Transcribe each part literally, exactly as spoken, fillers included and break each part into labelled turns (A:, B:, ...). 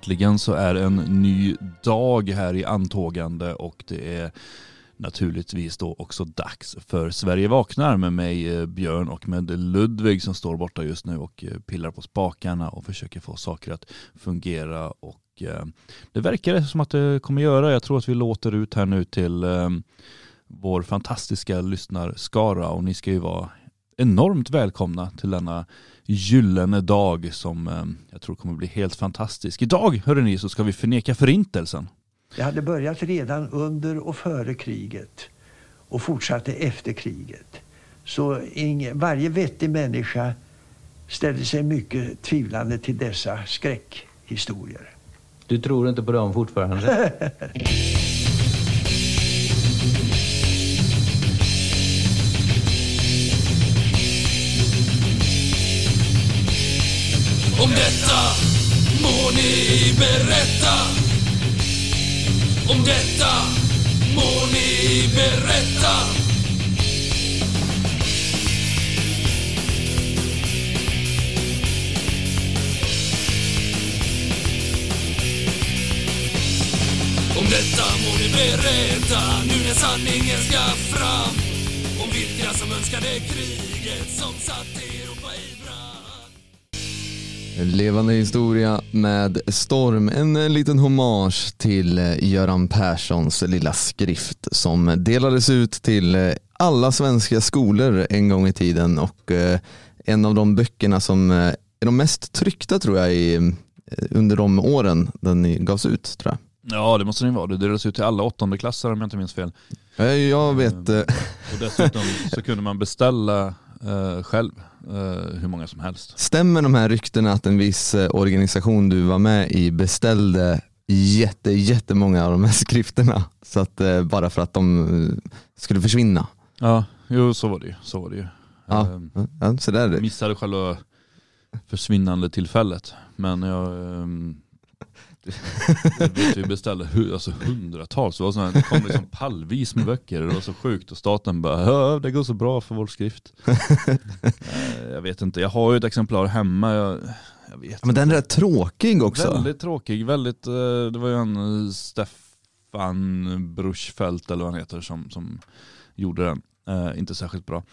A: äntligen så är en ny dag här i antågande och det är naturligtvis då också dags för Sverige vaknar med mig Björn och med Ludvig som står borta just nu och pillar på spakarna och försöker få saker att fungera och eh, det verkar som att det kommer göra. Jag tror att vi låter ut här nu till eh, vår fantastiska lyssnarskara och ni ska ju vara enormt välkomna till denna gyllene dag som eh, jag tror kommer bli helt fantastisk. Idag, hörde ni, så ska vi förneka förintelsen.
B: Det hade börjat redan under och före kriget och fortsatte efter kriget. Så ingen, varje vettig människa ställde sig mycket tvivlande till dessa skräckhistorier.
C: Du tror inte på dem fortfarande?
D: Om detta må ni berätta. Om detta må ni berätta. Om detta må ni berätta. Nu när sanningen ska fram. Om vilka som önskade kriget som satt Europa i brand.
E: En levande historia med Storm, en liten hommage till Göran Perssons lilla skrift som delades ut till alla svenska skolor en gång i tiden och en av de böckerna som är de mest tryckta tror jag i, under de åren den gavs ut tror jag.
A: Ja, det måste det vara. Det delades ut till alla åttonde klasser om jag inte minns fel.
E: Jag vet.
A: Och dessutom så kunde man beställa Uh, själv uh, hur många som helst.
E: Stämmer de här ryktena att en viss uh, organisation du var med i beställde jätte, jättemånga av de här skrifterna så att, uh, bara för att de uh, skulle försvinna?
A: Ja, jo, så var det ju. Så var det ju.
E: Ja,
A: uh,
E: ja, så där är det.
A: Jag missade själva försvinnande tillfället. Men jag... Um, det, det, vi beställde hu, alltså hundratals. Det, var sån här, det kom liksom pallvis med böcker. Det var så sjukt och staten bara, det går så bra för vår skrift. Jag vet inte, jag har ju ett exemplar hemma. Jag, jag vet
E: Men den är tråkig också.
A: Väldigt tråkig, väldigt, det var ju en Stefan Bruchfeldt eller vad han heter som, som gjorde den. Uh, inte särskilt bra.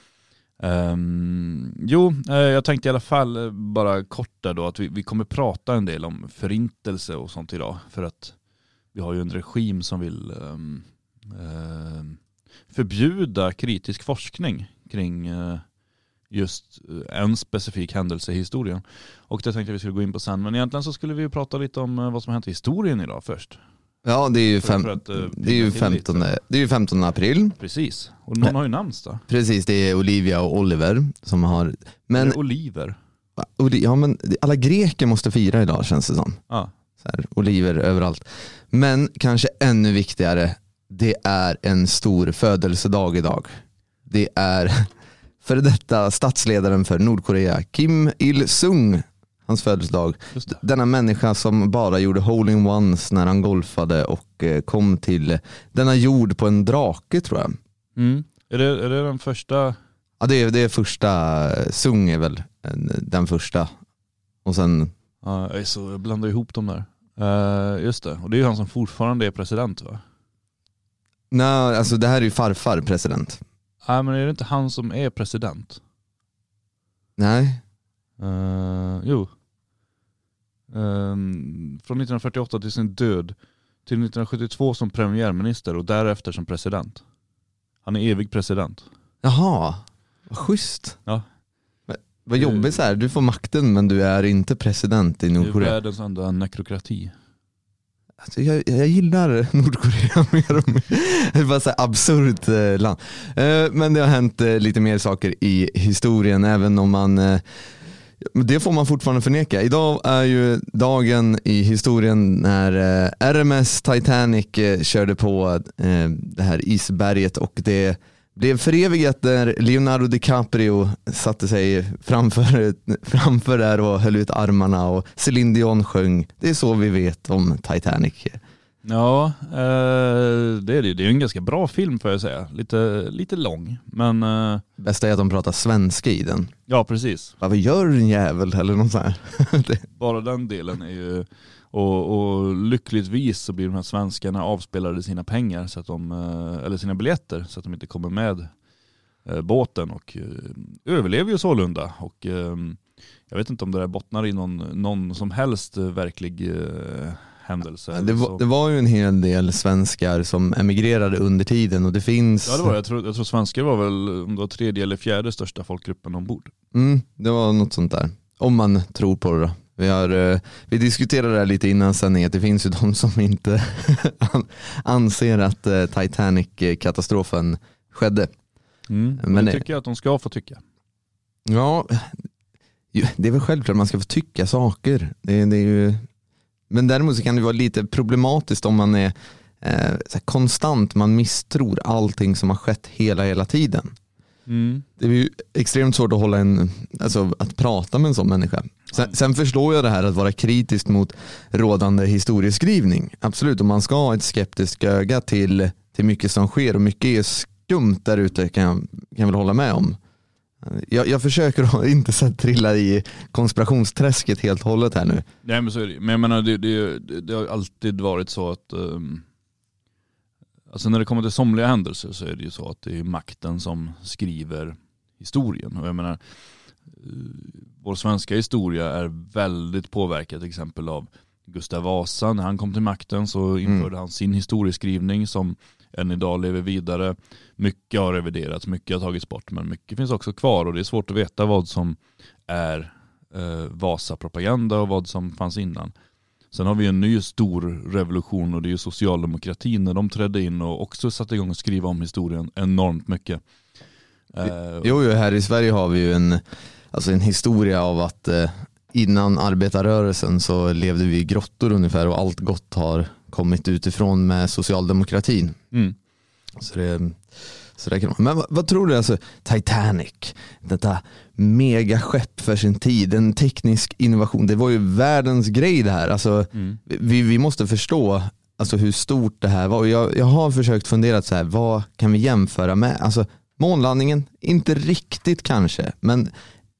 A: Um, jo, uh, jag tänkte i alla fall uh, bara kort där då att vi, vi kommer prata en del om förintelse och sånt idag för att vi har ju en regim som vill um, uh, förbjuda kritisk forskning kring uh, just en specifik händelse i historien. Och det tänkte jag vi skulle gå in på sen, men egentligen så skulle vi ju prata lite om uh, vad som har hänt i historien idag först.
E: Ja, det är ju, fem,
A: att, uh,
E: det är ju femtonde, det är ju femtonde april.
A: Precis, och någon har ju namnsdag.
E: Precis, det är Olivia och Oliver som har... Men,
A: Oliver?
E: Ja, men alla greker måste fira idag känns det som.
A: Ja.
E: Så här, Oliver överallt. Men kanske ännu viktigare, det är en stor födelsedag idag. Det är för detta statsledaren för Nordkorea, Kim Il-sung. Hans födelsedag. Denna människa som bara gjorde hole-in-ones när han golfade och kom till denna jord på en drake tror jag.
A: Mm. Är, det, är det den första?
E: Ja, det är, det är första. Sung är väl den första. Och sen...
A: Ja, jag, så, jag blandar ihop dem där. Uh, just det. Och det är ju han som fortfarande är president va?
E: Nej, alltså det här är ju farfar president.
A: Nej, men är det inte han som är president?
E: Nej.
A: Uh, jo. Um, från nittonhundrafyrtioåtta till sin död till nittonhundrasjuttiotvå som premiärminister och därefter som president. Han är evig president.
E: Jaha, vad schysst.
A: Ja.
E: Men, vad jobbigt så här, du får makten men du är inte president i Nordkorea.
A: Det är världens enda nekrokrati.
E: Alltså jag, jag gillar Nordkorea mer och mer. Det är bara så här absurt eh, land. Eh, men det har hänt eh, lite mer saker i historien även om man... Eh, det får man fortfarande förneka. Idag är ju dagen i historien när eh, R M S Titanic eh, körde på eh, det här isberget och det blev förevigat där Leonardo DiCaprio satte sig framför, framför där och höll ut armarna och Celine Dion sjöng. Det är så vi vet om Titanic.
A: Ja, eh, det är det. Det är en ganska bra film får jag säga. Lite, lite lång, men... Eh...
E: Bästa är att de pratar svenska i den.
A: Ja, precis.
E: Vad gör du en jävel eller något sånt här?
A: Bara den delen är ju Och, och lyckligtvis så blir de här svenskarna avspelade sina pengar så att de, eller sina biljetter så att de inte kommer med båten och överlever ju sålunda. Och jag vet inte om det där bottnar i någon, någon som helst verklig händelse.
E: Ja, det, var, det var ju en hel del svenskar som emigrerade under tiden och det finns...
A: Ja, det var jag tror, jag tror svenskar var väl om det var tredje eller fjärde största folkgruppen ombord.
E: Mm, det var något sånt där. Om man tror på det då. Vi, har, vi diskuterade det här lite innan sen att det finns ju de som inte anser att Titanic-katastrofen skedde.
A: Mm, men det tycker jag att de ska få tycka.
E: Ja, det är väl självklart att man ska få tycka saker. Det, det är ju... Men däremot så kan det vara lite problematiskt om man är eh, så här konstant, man misstror allting som har skett hela hela tiden.
A: Mm.
E: Det är ju extremt svårt att hålla en, alltså att prata med en sån människa. Sen, sen förstår jag det här att vara kritisk mot rådande historieskrivning. Absolut, om man ska ha ett skeptiskt öga till, till mycket som sker och mycket är skumt där ute kan jag, kan jag väl hålla med om. Jag, jag försöker inte så trilla i konspirationsträsket helt hållet här nu.
A: Nej, men så är det. Men jag menar, det, det, det har alltid varit så att um, alltså när det kommer till somliga händelser så är det ju så att det är makten som skriver historien. Och jag menar, uh, vår svenska historia är väldigt påverkad till exempel av Gustav Vasa. När han kom till makten så införde mm. han sin historieskrivning som än idag lever vidare. Mycket har reviderats, mycket har tagits bort, men mycket finns också kvar och det är svårt att veta vad som är eh, Vasa-propaganda och vad som fanns innan. Sen har vi en ny stor revolution och det är ju socialdemokratin när de trädde in och också satte igång och skriva om historien enormt mycket. Eh,
E: jo, jo, här i Sverige har vi ju en, alltså en historia av att eh, innan arbetarrörelsen så levde vi i grottor ungefär och allt gott har kommit utifrån med socialdemokratin.
A: Mm.
E: Så det, så det kan man. Men vad, vad tror du, alltså Titanic, detta megaskepp för sin tid, en teknisk innovation, det var ju världens grej det här. Alltså, mm. vi, vi måste förstå alltså, hur stort det här var. Jag, jag har försökt fundera så här, vad kan vi jämföra med? Alltså månlandningen, inte riktigt kanske, men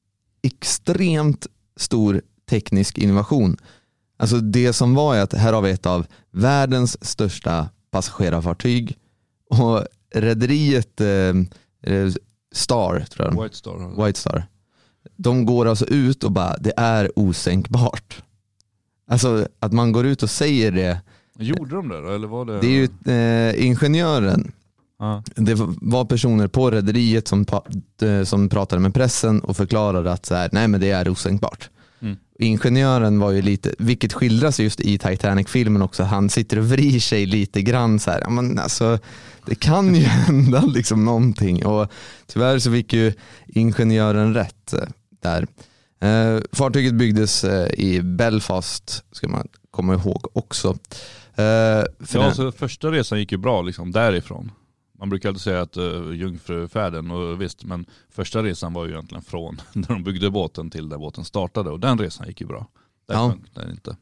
E: extremt stor teknisk innovation. Alltså det som var är att här har vi ett av världens största passagerarfartyg och rederiet eh, Star, tror jag.
A: White Star.
E: White Star. De går alltså ut och bara, det är osänkbart. Alltså att man går ut och säger det.
A: Gjorde de det då? Eller var det?
E: Det är ju eh, ingenjören. Ah. Det var personer på rederiet som, som pratade med pressen och förklarade att så här, nej men det är osänkbart. Mm. Ingenjören var ju lite, vilket skildras just i Titanic-filmen också, han sitter och vrir sig lite grann så här, men alltså det kan ju hända liksom någonting och tyvärr så fick ju ingenjören rätt där. Eh, fartyget byggdes eh, i Belfast, ska man komma ihåg också. Eh,
A: ja, den... alltså, första resan gick ju bra liksom därifrån. Man brukar alltid säga att uh, jungfrufärden, och visst, men första resan var ju egentligen från när de byggde båten till där båten startade och den resan gick ju bra. Där
E: ja.
A: Den inte.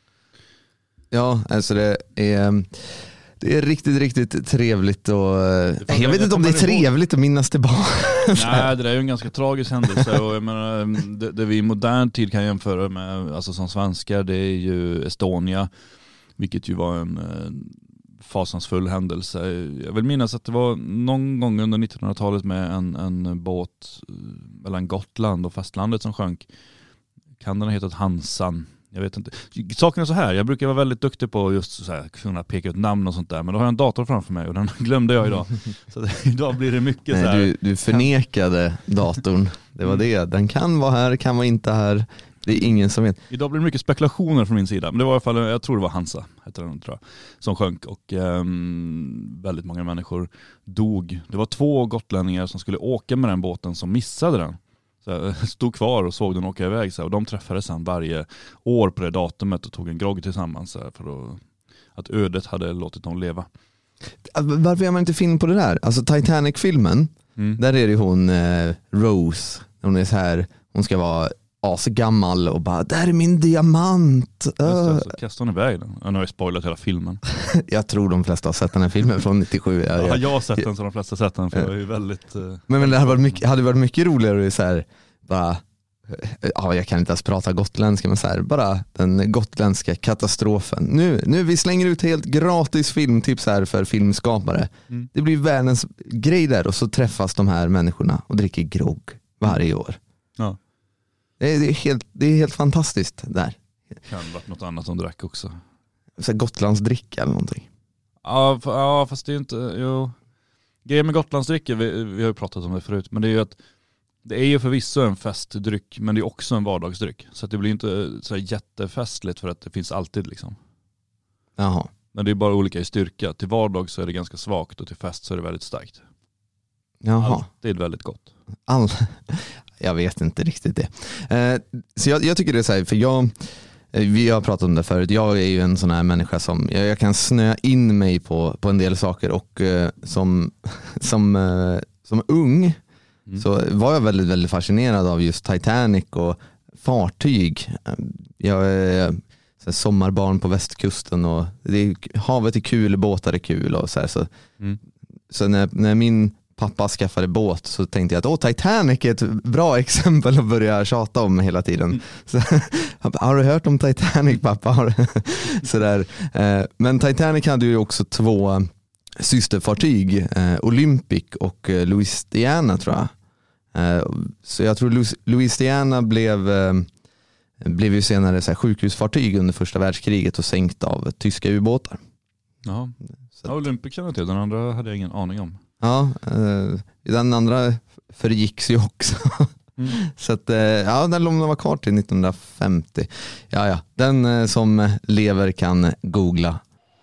E: Ja, alltså det är det är riktigt, riktigt trevligt och jag, jag vet inte om det är trevligt att minnas tillbaka.
A: Nej, det där är ju en ganska tragisk händelse och jag menar, det, det vi i modern tid kan jämföra med, alltså som svenskar, det är ju Estonia, vilket ju var en fasansfull händelse. Jag vill minnas att det var någon gång under nittonhundratalet med en, en båt mellan Gotland och fastlandet som sjönk. Kan den ha hetat Hansan? Jag vet inte. Saken är så här, jag brukar vara väldigt duktig på just så här, kunna peka ut namn och sånt där, men då har jag en dator framför mig och den glömde jag idag. Så det, idag blir det mycket
E: Nej,
A: så här.
E: Du, du förnekade datorn. Det var det. Den kan vara här, kan vara inte här. Det är ingen som vet.
A: Idag blir det mycket spekulationer från min sida. Men det var i alla fall, jag tror det var Hansa, heter den, tror jag, som sjönk och um, väldigt många människor dog. Det var två gotlänningar som skulle åka med den båten som missade den. Så jag stod kvar och såg den åka iväg. Så, och de träffades sedan varje år på det datumet och tog en grogg tillsammans så, för att, att ödet hade låtit dem leva.
E: Varför gör man inte film på det där? Alltså Titanic-filmen, mm. där är det hon eh, Rose. Hon är så här, hon ska vara asgammal och bara, där är min diamant.
A: Uh. Så kastar hon iväg den. Nu har jag spoilat hela filmen.
E: Jag tror de flesta har sett den här filmen från nittiosju.
A: Jag, ja, jag har sett den så de flesta har sett den, för jag är ju väldigt... Uh,
E: men, men det hade varit mycket, hade varit mycket roligare att så här, bara, ja, jag kan inte ens prata gotländska, men så här, bara den gotländska katastrofen. Nu, nu vi slänger ut helt gratis filmtips här för filmskapare. Mm. Det blir världens grej där, och så träffas de här människorna och dricker grogg varje år. Ja. Det är, det är, helt, det är helt fantastiskt där.
A: Kan det varit något annat som drack också.
E: Så Gotlandsdricka eller någonting.
A: Ja, ja, fast det är inte... Jo. Grejen med Gotlandsdricka, vi, vi har ju pratat om det förut, men det är ju att det är ju förvisso en festdryck, men det är också en vardagsdryck. Så att det blir inte så jättefestligt för att det finns alltid liksom.
E: Jaha.
A: Men det är bara olika i styrka. Till vardag så är det ganska svagt och till fest så är det väldigt starkt.
E: Jaha.
A: Alltid väldigt gott.
E: All... Jag vet inte riktigt det. Eh, så jag, jag tycker det är så här, för jag... Vi har pratat om det förut. Jag är ju en sån här människa som jag, jag kan snöa in mig på, på en del saker, och eh, som, som, eh, som ung mm. så var jag väldigt, väldigt fascinerad av just Titanic och fartyg. Jag är så här, sommarbarn på västkusten, och det är, havet är kul, båtar är kul och så här, så, mm. så när, när min pappa skaffade båt så tänkte jag att åh, Titanic är ett bra exempel att börja tjata om hela tiden. Mm. Så, har du hört om Titanic, pappa? Så där. Men Titanic hade ju också två systerfartyg, Olympic och Louisiana, tror jag. Så jag tror Louisiana blev, blev ju senare så här sjukhusfartyg under första världskriget och sänkt av tyska ubåtar.
A: Ja, ja, Olympic kan jag till. Den andra hade jag ingen aning om.
E: Ja, den andra förgicks ju också. Mm. Så att, ja, den låg var kvar till nittonhundrafemtio. Ja, ja, den som lever kan googla.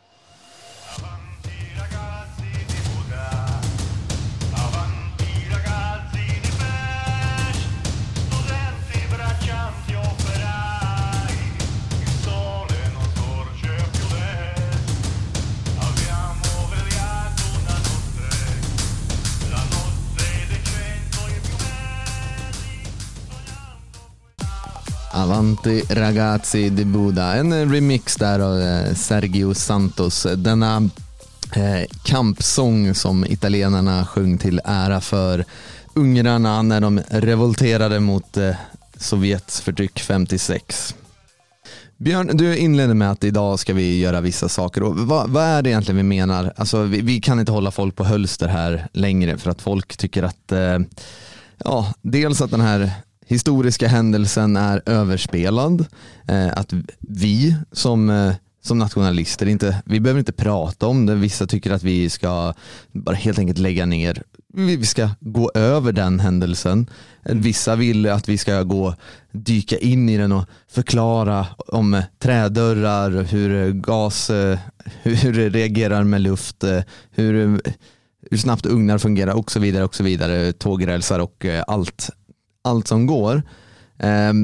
E: Avanti ragazzi di Buda, en remix där av Sergio Santos, denna eh, kampsång som italienarna sjöng till ära för ungrarna när de revolterade mot eh, Sovjets förtryck femtiosex. Björn, du inledde med att idag ska vi göra vissa saker, och vad, vad är det egentligen vi menar? Alltså, vi, vi kan inte hålla folk på hölster här längre, för att folk tycker att eh, ja, dels att den här historiska händelsen är överspelad, eh, att vi som, eh, som nationalister inte, vi behöver inte prata om det. Vissa tycker att vi ska bara helt enkelt lägga ner, vi, vi ska gå över den händelsen. Vissa vill att vi ska gå dyka in i den och förklara om trädörrar, hur gas eh, hur det reagerar med luft, eh, hur, hur snabbt ugnar fungerar och så vidare och så vidare, tågrälsar och eh, allt allt som går. Eh,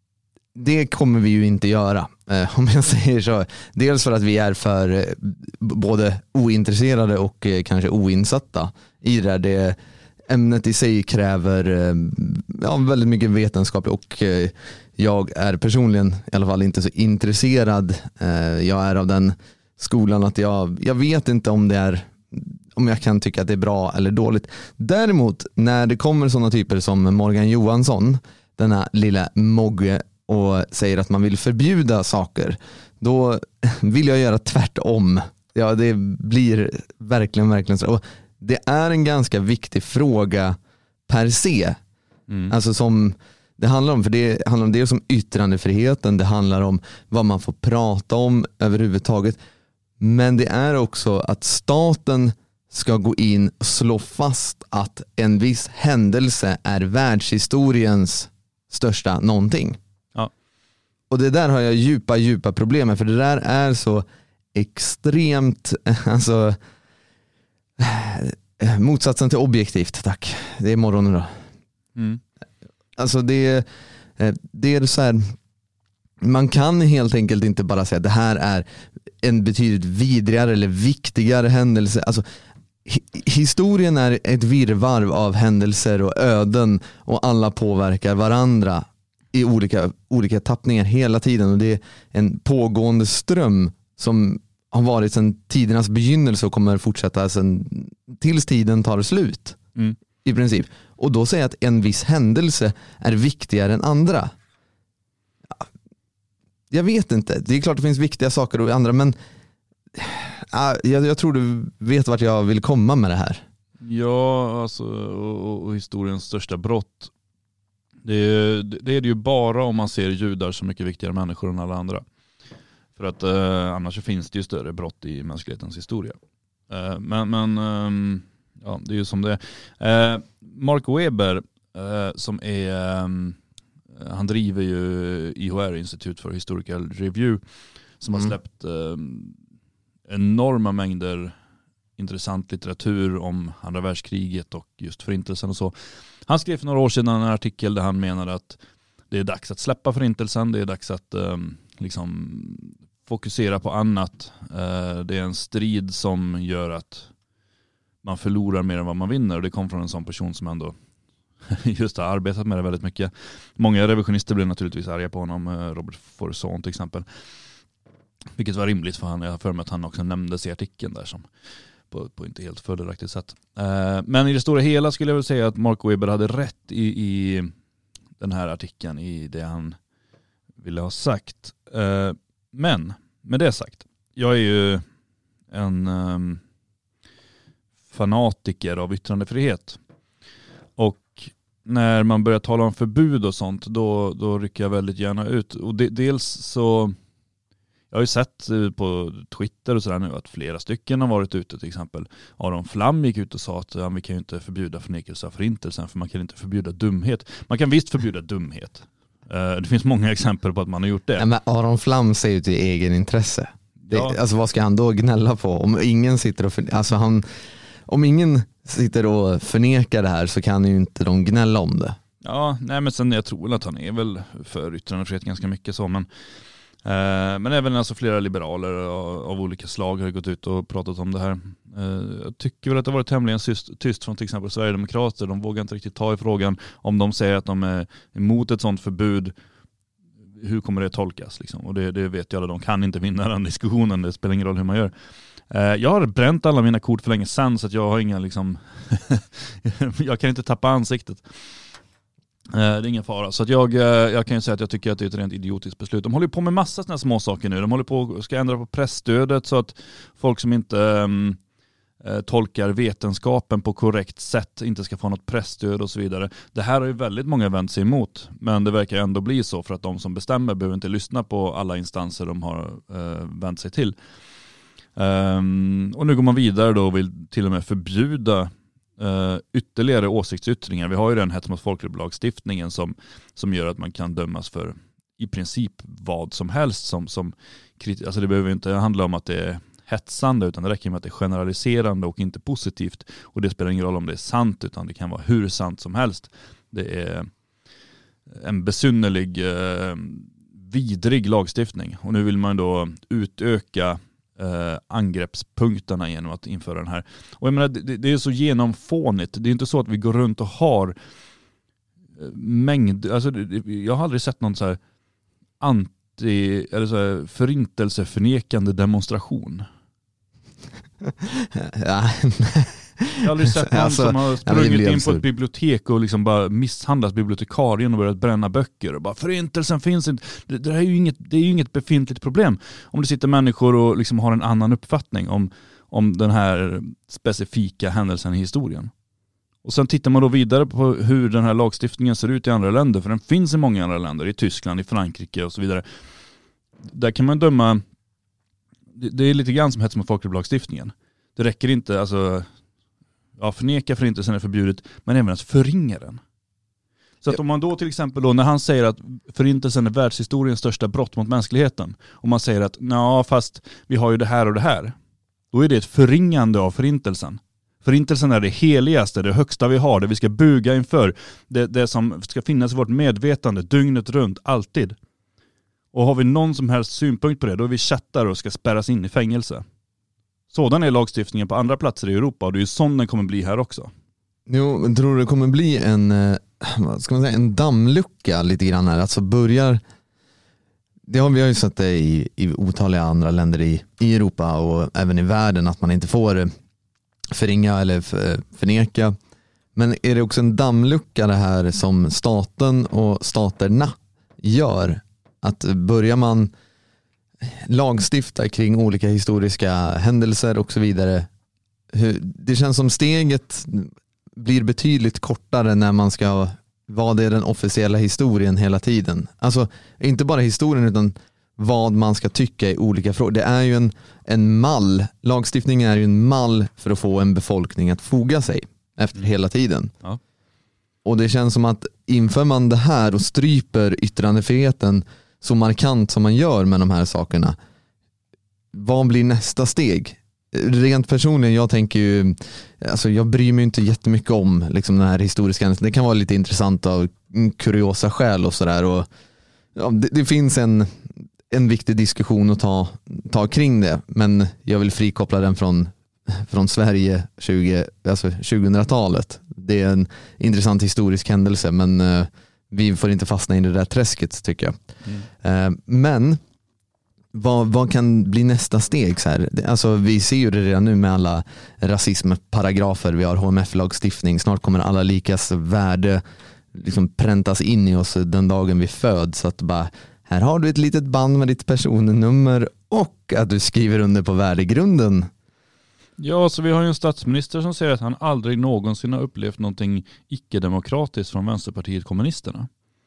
E: det kommer vi ju inte göra, eh, om jag säger så. Dels för att vi är för eh, både ointresserade och eh, kanske oinsatta i det. det ämnet i sig kräver eh, ja, väldigt mycket vetenskap, och eh, jag är personligen i alla fall inte så intresserad. Eh, jag är av den skolan att jag, jag vet inte om det är om jag kan tycka att det är bra eller dåligt. Däremot när det kommer sådana typer som Morgan Johansson, denna lilla mogge, och säger att man vill förbjuda saker, då vill jag göra tvärtom. Ja, det blir verkligen, verkligen så. Och det är en ganska viktig fråga per se. Mm. Alltså som det handlar om, för det handlar om det som yttrandefriheten, det handlar om vad man får prata om överhuvudtaget. Men det är också att staten ska gå in och slå fast att en viss händelse är världshistoriens största någonting. Ja. Och det där har jag djupa, djupa problem med, för det där är så extremt, alltså motsatsen till objektivt, tack. Det är morgonen då. Mm. Alltså det, det är så här, man kan helt enkelt inte bara säga att det här är en betydligt vidrigare eller viktigare händelse. Alltså historien är ett virrvarv av händelser och öden, och alla påverkar varandra i olika, olika tappningar hela tiden, och det är en pågående ström som har varit sedan tidernas begynnelse och kommer fortsätta sedan tills tiden tar slut. Mm. i princip. Och då säga att en viss händelse är viktigare än andra. Jag vet inte. Det är klart det finns viktiga saker och andra, men äh, jag, jag tror du vet vart jag vill komma med det här.
A: Ja, alltså, och, och historiens största brott. Det är, det är det ju bara om man ser judar som mycket viktigare människor än alla andra. För att eh, annars finns det ju större brott i mänsklighetens historia. Eh, men men eh, ja, det är ju som det är. Eh, Mark Weber eh, som är eh, han driver ju I H R, Institut for Historical Review, som mm. har släppt eh, enorma mängder intressant litteratur om andra världskriget och just förintelsen och så. Han skrev för några år sedan en artikel där han menade att det är dags att släppa förintelsen, det är dags att eh, liksom fokusera på annat. Eh, det är en strid som gör att man förlorar mer än vad man vinner, och det kom från en sån person som ändå just har arbetat med det väldigt mycket. Många revisionister blev naturligtvis arga på honom, Robert Forson till exempel. Vilket var rimligt, för han, jag har för mig att han också nämndes i artikeln där som på, på inte helt fördelaktigt sätt. Eh, men i det stora hela skulle jag väl säga att Mark Weber hade rätt i, i den här artikeln, i det han ville ha sagt. Eh, men med det sagt, jag är ju en um, fanatiker av yttrandefrihet. Och när man börjar tala om förbud och sånt, då, då rycker jag väldigt gärna ut. Och de, dels så, jag har ju sett på Twitter och sådär nu att flera stycken har varit ute, till exempel Aron Flam gick ut och sa att ja, vi kan ju inte förbjuda förnekelse av förintelsen, för man kan inte förbjuda dumhet. Man kan visst förbjuda dumhet. Det finns många exempel på att man har gjort det.
E: Nej, men Aron Flam säger ju till egen intresse. Det,
A: Ja.
E: Alltså vad ska han då gnälla på? Om ingen sitter och för, alltså han, om ingen sitter och förnekar det här, så kan ju inte de gnälla om det.
A: Ja, nej, men sen jag tror att han är väl för yttrandefrihet ganska mycket så, men eh, men även alltså flera liberaler av, av olika slag har gått ut och pratat om det här. Eh, jag tycker väl att det har varit tämligen tyst, tyst från till exempel Sverigedemokrater. De vågar inte riktigt ta i frågan. Om de säger att de är emot ett sånt förbud, hur kommer det tolkas liksom? Och det, det vet ju alla, de kan inte vinna den diskussionen, det spelar ingen roll hur man gör. Jag har bränt alla mina kort för länge sedan, så att jag har inga liksom jag kan inte tappa ansiktet. Det är ingen fara. Så att jag, jag kan ju säga att jag tycker att det är ett rent idiotiskt beslut. De håller på med massa sådana små saker nu. De håller på ska ändra på pressstödet så att folk som inte um, tolkar vetenskapen på korrekt sätt inte ska få något pressstöd och så vidare. Det här har ju väldigt många vänt sig emot, men det verkar ändå bli så, för att de som bestämmer behöver inte lyssna på alla instanser de har uh, vänt sig till. Um, och nu går man vidare då och vill till och med förbjuda uh, ytterligare åsiktsyttringar. Vi har ju den hets mot folkgrupp-lagstiftningen som, som gör att man kan dömas för i princip vad som helst som, som kriti- alltså det behöver inte handla om att det är hetsande, utan det räcker med att det är generaliserande och inte positivt, och det spelar ingen roll om det är sant, utan det kan vara hur sant som helst. Det är en besynnerlig uh, vidrig lagstiftning, och nu vill man då utöka Uh, angreppspunkterna genom att införa den här. Och jag menar, det, det är så genomfånigt. Det är inte så att vi går runt och har uh, mängd, alltså det, jag har aldrig sett någon så här anti eller så här förintelseförnekande demonstration.
E: Ja.
A: Jag har aldrig sett någon
E: alltså,
A: som har
E: ja,
A: sprungit in
E: absurd.
A: på ett bibliotek och liksom bara misshandlat bibliotekarien och börjat bränna böcker och bara förintelsen finns inte. Det, det, är ju inget, det är ju inget befintligt problem. Om det sitter människor och liksom har en annan uppfattning om, om den här specifika händelsen i historien. Och sen tittar man då vidare på hur den här lagstiftningen ser ut i andra länder, för den finns i många andra länder, i Tyskland, i Frankrike och så vidare. Där kan man döma, det, det är lite grann som hets mot folkgrupp-lagstiftningen. Det räcker inte, alltså ja, förneka förintelsen är förbjudet, men även att förringa den. Så att om man då till exempel då, när han säger att förintelsen är världshistoriens största brott mot mänskligheten, och man säger att ja, fast vi har ju det här och det här, då är det ett förringande av förintelsen. Förintelsen är det heligaste, det högsta vi har, det vi ska buga inför, det, det som ska finnas i vårt medvetande dygnet runt, alltid. Och har vi någon som helst synpunkt på det, då är vi chattar och ska spärras in i fängelse. Sådan är lagstiftningen på andra platser i Europa, och det är ju sån den kommer bli här också.
E: Jo, men tror du det kommer bli en, vad ska man säga, en dammlucka lite grann här? Alltså börjar, det har vi har ju sett det i, i otaliga andra länder i, i Europa och även i världen, att man inte får förringa eller för, förneka Men är det också en dammlucka det här som staten och staterna gör? Att börjar man lagstifta kring olika historiska händelser och så vidare, det känns som steget blir betydligt kortare när man ska vara det den officiella historien hela tiden. Alltså inte bara historien utan vad man ska tycka i olika frågor. Det är ju en, en mall, lagstiftning är ju en mall för att få en befolkning att foga sig efter hela tiden.
A: Ja.
E: Och det känns som att inför man det här och stryper yttrandefriheten så markant som man gör med de här sakerna, vad blir nästa steg? Rent personligen, jag tänker ju, alltså jag bryr mig inte jättemycket om liksom den här historiska händelsen. Det kan vara lite intressant av kuriosa skäl och sådär. Och ja, det, det finns en, en viktig diskussion att ta, ta kring det, men jag vill frikoppla den från, från Sverige tjugo, alltså tjugohundratalet. Det är en intressant historisk händelse, men uh, vi får inte fastna i det där träsket tycker jag. Mm. Uh, men Vad, vad kan bli nästa steg? Så här? Alltså, vi ser ju det redan nu med alla rasismparagrafer. Vi har H M F-lagstiftning. Snart kommer alla likas värde liksom präntas in i oss den dagen vi föds. Så att bara, här har du ett litet band med ditt personnummer och att du skriver under på värdegrunden.
A: Ja, så vi har ju en statsminister som säger att han aldrig någonsin har upplevt någonting icke-demokratiskt från Vänsterpartiet kommunisterna.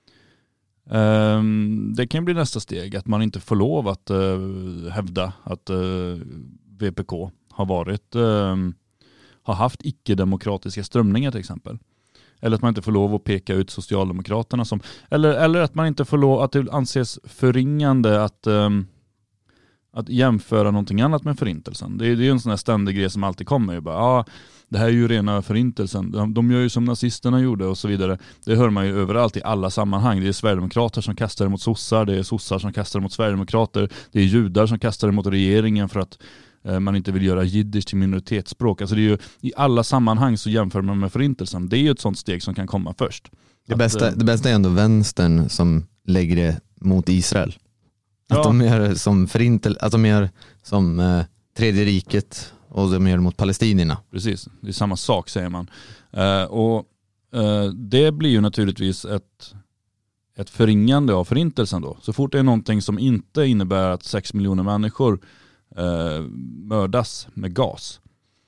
A: Um, det kan bli nästa steg, att man inte får lov att uh, hävda att uh, V P K har varit uh, har haft icke-demokratiska strömningar till exempel. Eller att man inte får lov att peka ut Socialdemokraterna som, eller, eller att man inte får lov, att det anses förringande att um, att jämföra någonting annat med förintelsen. Det är ju en sån här ständig grej som alltid kommer. Bara, ah, det här är ju rena förintelsen. De, de gör ju som nazisterna gjorde och så vidare. Det hör man ju överallt i alla sammanhang. Det är sverigedemokrater som kastar emot sossar. Det är sossar som kastar emot sverigedemokrater. Det är judar som kastar emot regeringen för att eh, man inte vill göra jiddisch till minoritetsspråk. Alltså det är ju, i alla sammanhang så jämför man med förintelsen. Det är ju ett sånt steg som kan komma först.
E: Det,
A: att,
E: bästa,
A: eh,
E: det bästa är ändå vänstern som lägger det mot Israel. Att
A: ja.
E: de gör som förintel, att de gör som eh, tredje riket och de gör mot palestinierna.
A: Precis, det är samma sak säger man. Uh, och uh, det blir ju naturligtvis ett, ett förringande av förintelsen då. Så fort det är någonting som inte innebär att sex miljoner människor uh, mördas med gas,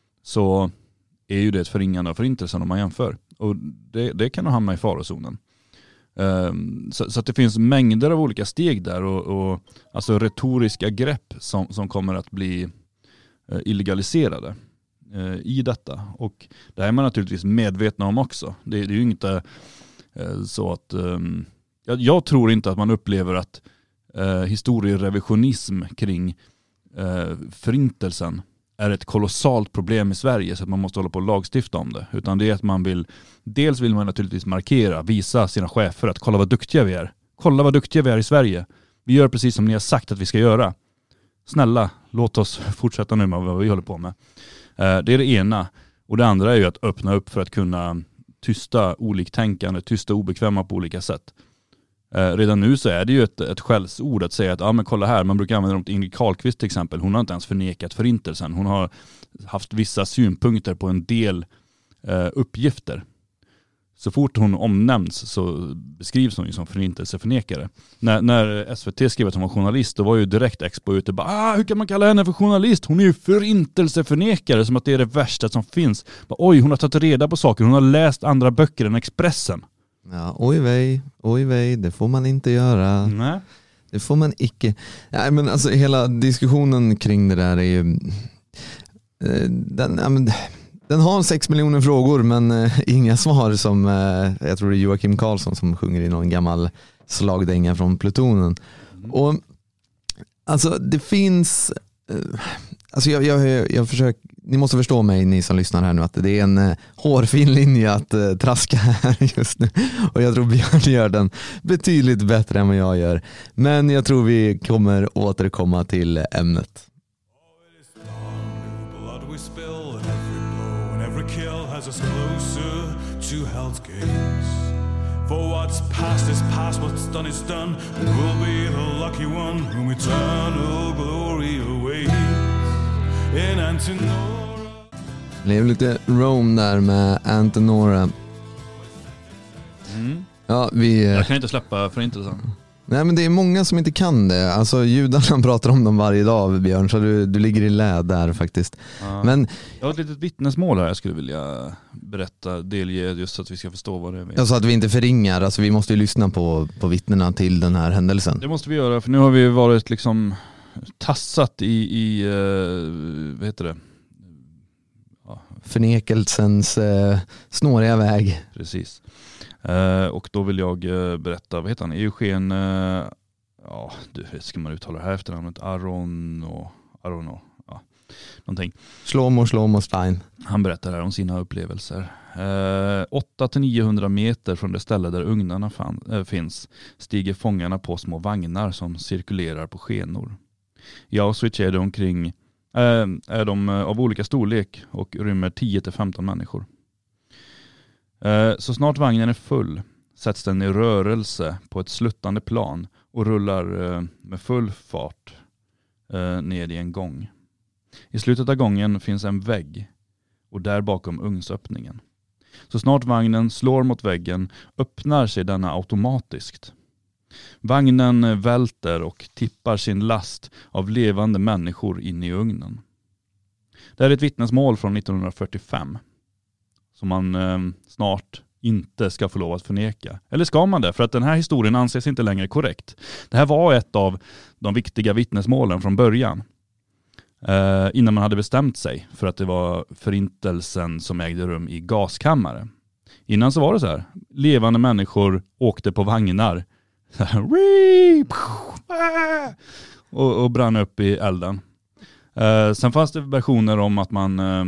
A: så är ju det ett förringande av förintelsen om man jämför. Och det, det kan nog hamna i farozonen. Um, så, så att det finns mängder av olika steg där och, och alltså retoriska grepp som, som kommer att bli uh, illegaliserade uh, i detta. Och det här är man naturligtvis medvetna om också. Det, det är ju inte uh, så att um, jag, jag tror inte att man upplever att uh, historierevisionism kring uh, förintelsen är ett kolossalt problem i Sverige så att man måste hålla på och lagstifta om det. Utan det är att man vill, dels vill man naturligtvis markera, visa sina chefer att kolla vad duktiga vi är. Kolla vad duktiga vi är i Sverige. Vi gör precis som ni har sagt att vi ska göra. Snälla, låt oss fortsätta nu med vad vi håller på med. Det är det ena. Och det andra är ju att öppna upp för att kunna tysta oliktänkande, tysta obekväma på olika sätt. Eh, redan nu så är det ju ett, ett skällsord att säga att ja men kolla här, man brukar använda dem till Ingrid Carlqvist till exempel. Hon har inte ens förnekat förintelsen. Hon har haft vissa synpunkter på en del eh, uppgifter. Så fort hon omnämns så beskrivs hon ju som förintelseförnekare. När, när S V T skrev att hon var journalist, då var ju direkt Expo ute bara, ah, hur kan man kalla henne för journalist? Hon är ju förintelseförnekare, som att det är det värsta som finns. Bara, oj, hon har tagit reda på saker, hon har läst andra böcker än Expressen.
E: Ja, oj vej, oj vej, det får man inte göra.
A: Nej.
E: Det får man icke. Nej, men alltså hela diskussionen kring det där är ju den, ja, men, den har sex miljoner frågor men eh, inga svar som eh, jag tror det är Joakim Karlsson som sjunger i någon gammal slagdänga från Plutonen. Mm. Och alltså det finns eh, alltså jag, jag, jag försöker, ni måste förstå mig ni som lyssnar här nu, att det är en eh, hårfin linje att eh, traska här just nu, och jag tror Björn gör den betydligt bättre än vad jag gör, men jag tror vi kommer återkomma till ämnet. Us closer to hell's gates. For what's past is past, what's done is done, and we'll be the lucky one whom eternal glory awaits in Antinora. Det är lite Rome där med Antenora.
A: Mm.
E: Ja, vi...
A: Jag kan inte släppa Förintelsen.
E: Nej, men det är många som inte kan det. Alltså judarna pratar om dem varje dag, Björn, så du, du ligger i lä där faktiskt.
A: Ja.
E: Men
A: Jag har ett litet vittnesmål här jag skulle vilja berätta, delge just så att vi ska förstå vad det är.
E: jag sa att vi inte förringar, alltså vi måste ju lyssna på, på vittnena till den här händelsen.
A: Det måste vi göra, för nu har vi varit liksom tassat i, i uh, vad heter det? Ja.
E: Förnekelsens eh, snåriga väg.
A: Precis. Uh, och då vill jag uh, berätta, vad heter han? Eugen, uh, ja, du vet, ska man uttala det här efternamnet? Aron och, Aron och, ja, någonting.
E: Shlomo, Shlomo Stein.
A: Han berättar här om sina upplevelser. Uh, åtta till niohundra meter från det ställe där ugnarna fan, uh, finns stiger fångarna på små vagnar som cirkulerar på skenor. I Auschwitz är de omkring uh, är de uh, av olika storlek och rymmer tio till femton människor. Så snart vagnen är full sätts den i rörelse på ett sluttande plan och rullar med full fart ned i en gång. I slutet av gången finns en vägg och där bakom ugnsöppningen. Så snart vagnen slår mot väggen öppnar sig denna automatiskt. Vagnen välter och tippar sin last av levande människor in i ugnen. Det är ett vittnesmål från nittonhundrafyrtiofem. Som man eh, snart inte ska få lov att förneka. Eller ska man det? För att den här historien anses inte längre korrekt. Det här var ett av de viktiga vittnesmålen från början. Eh, innan man hade bestämt sig för att det var förintelsen som ägde rum i gaskammare. Innan så var det så här. Levande människor åkte på vagnar. Så här, och, och brann upp i elden. Eh, sen fanns det versioner om att man eh,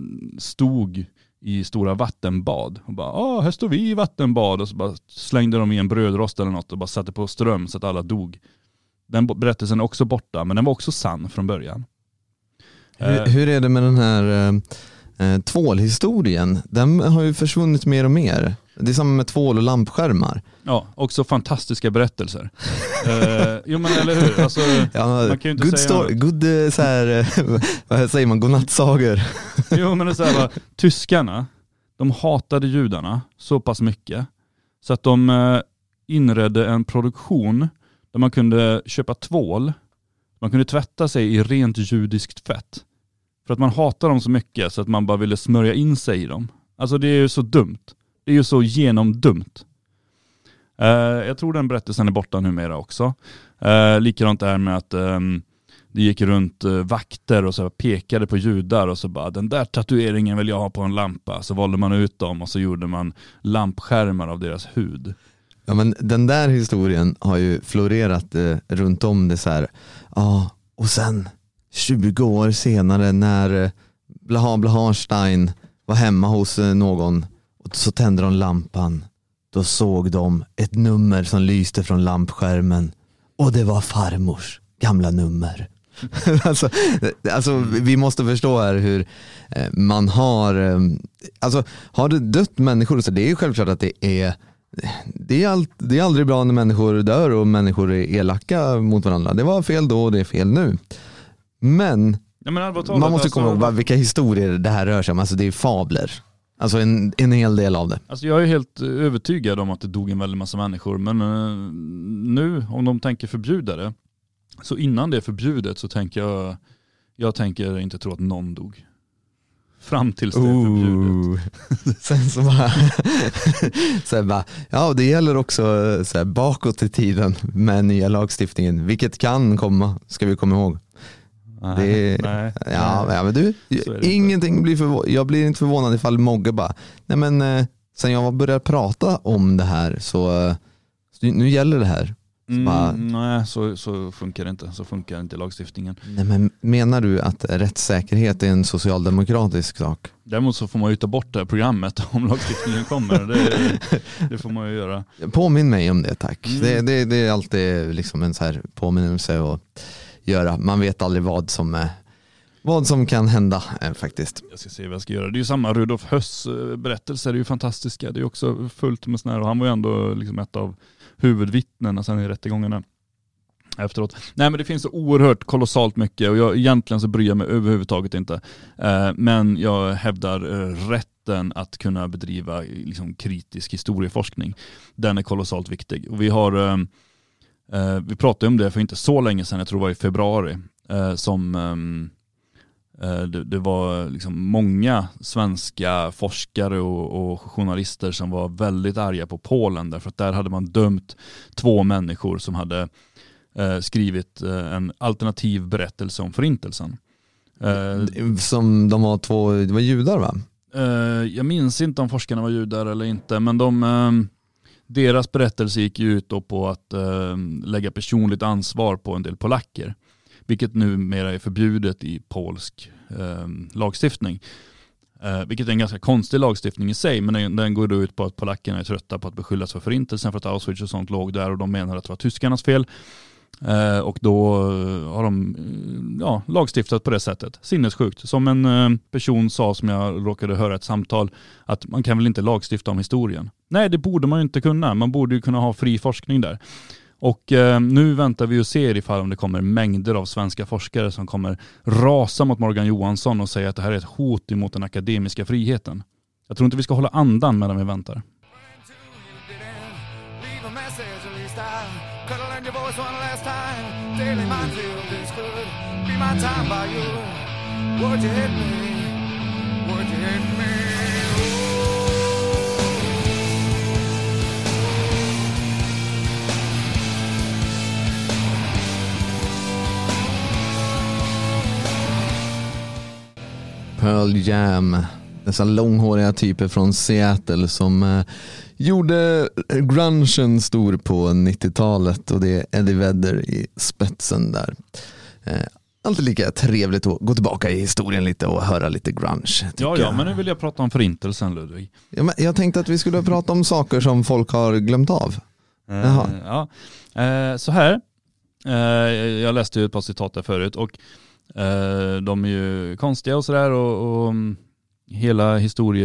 A: stod i stora vattenbad och bara, ah, här står vi i vattenbad, och så bara slängde de i en brödrost eller något och bara satte på ström så att alla dog. Den berättelsen är också borta, men den var också sann från början.
E: Hur, hur är det med den här eh, tvålhistorien? Den har ju försvunnit mer och mer. Det är samma med tvål och lampskärmar.
A: Ja, också fantastiska berättelser. eh, jo men eller hur? Alltså,
E: ja,
A: man kan ju inte
E: good
A: säga...
E: story, good, så här, vad säger man, godnattsagor.
A: Jo men det är så här, va, tyskarna, de hatade judarna så pass mycket så att de eh, inredde en produktion där man kunde köpa tvål. Man kunde tvätta sig i rent judiskt fett. För att man hatar dem så mycket så att man bara ville smörja in sig i dem. Alltså det är ju så dumt. Det är ju så genomdumt. Uh, jag tror den berättelsen är borta numera också. Uh, likadant är med att um, det gick runt uh, vakter och så pekade på judar och så bara, den där tatueringen vill jag ha på en lampa. Så valde man ut dem och så gjorde man lampskärmar av deras hud.
E: Ja, men den där historien har ju florerat eh, runt om det så här. Ja, och sen tjugo år senare när eh, Blaha Blaharstein var hemma hos eh, någon och så tände de lampan. Då såg de ett nummer som lyste från lampskärmen och det var farmors gamla nummer. alltså, alltså vi måste förstå här hur eh, man har eh, alltså har det dött människor, så det är ju självklart att det är Det är, allt, det är aldrig bra när människor dör och människor är elaka mot varandra. Det var fel då och det är fel nu. Men,
A: ja, men man
E: måste
A: alltså,
E: komma ihåg vilka historier det här rör sig om. Alltså det är fabler. Alltså en, en hel del av det.
A: Alltså jag är helt övertygad om att det dog en väldigt massa människor. Men uh, nu, om de tänker förbjuda det, så innan det är förbjudet så tänker jag, jag tänker inte tro att någon dog. Fram tills det är förbjudet.
E: Sen så bara, så bara, ja det gäller också så här, bakåt i tiden med nya lagstiftningen. Vilket kan komma, ska vi komma ihåg.
A: Nej,
E: det,
A: nej,
E: ja,
A: nej.
E: ja, men du, ingenting blir förvånad. Jag blir inte förvånad ifall Mogge bara, nej men eh, sen jag började prata om det här så, så nu gäller det här. Så
A: mm,
E: bara,
A: nej, så, så funkar det inte. Så funkar inte lagstiftningen.
E: Nej, men menar du att rättssäkerhet är en socialdemokratisk sak?
A: Däremot så får man ju ta bort det här programmet om lagstiftningen kommer. Det, det får man ju göra.
E: Påminn mig om det, tack.
A: Mm.
E: Det, det, det är alltid liksom en så här påminnelse att göra. Man vet aldrig vad som är, vad som kan hända eh, faktiskt.
A: Jag ska se vad jag ska göra. Det är ju samma Rudolf Höss berättelser, det är ju fantastiska. Det är också fullt med såna här, och han var ju ändå liksom ett av huvudvittnena sen i rättegångarna. efteråt. Nej, men det finns så oerhört kolossalt mycket och jag, egentligen så bryr jag mig överhuvudtaget inte. Eh, men jag hävdar eh, rätten att kunna bedriva liksom, kritisk historieforskning. Den är kolossalt viktig. Och vi har eh, eh, vi pratade om det för inte så länge sedan, jag tror det var i februari, eh, som eh, eh, det, det var liksom många svenska forskare och, och journalister som var väldigt arga på Polen, därför att där hade man dömt två människor som hade Eh, skrivit eh, en alternativ berättelse om förintelsen.
E: Eh, som de var två, det var judar va?
A: Eh, jag minns inte om forskarna var judar eller inte, men de, eh, deras berättelse gick ju ut då på att eh, lägga personligt ansvar på en del polacker, vilket numera är förbjudet i polsk eh, lagstiftning. Eh, vilket är en ganska konstig lagstiftning i sig, men den, den går då ut på att polackerna är trötta på att beskyllas för förintelsen för att Auschwitz och sånt låg där och de menar att det var tyskarnas fel. Uh, och då har de uh, ja, lagstiftat på det sättet. Sinnessjukt. Som en uh, person sa som jag råkade höra ett samtal, att man kan väl inte lagstifta om historien. Nej, det borde man ju inte kunna. Man borde ju kunna ha fri forskning där. Och uh, nu väntar vi och ser ifall om det kommer mängder av svenska forskare som kommer rasa mot Morgan Johansson och säga att det här är ett hot emot den akademiska friheten. Jag tror inte vi ska hålla andan medan vi väntar.
F: Cuddle in your voice one last time. Daily minefield, this could be my time by you. Would you hit me? Would you hit me?
E: Pearl Jam. Dessa långhåriga typer från Seattle som eh, gjorde grungen stor på nittiotalet, och det är Eddie Vedder i spetsen där. Eh, alltid lika trevligt att gå tillbaka i historien lite och höra lite grunge.
A: Ja, ja, men nu vill jag prata om förintelsen, Ludvig.
E: Ja, men jag tänkte att vi skulle prata om saker som folk har glömt av.
A: Eh, ja. eh, så här, eh, jag läste ju ett par citat där förut och eh, de är ju konstiga och sådär och, och hela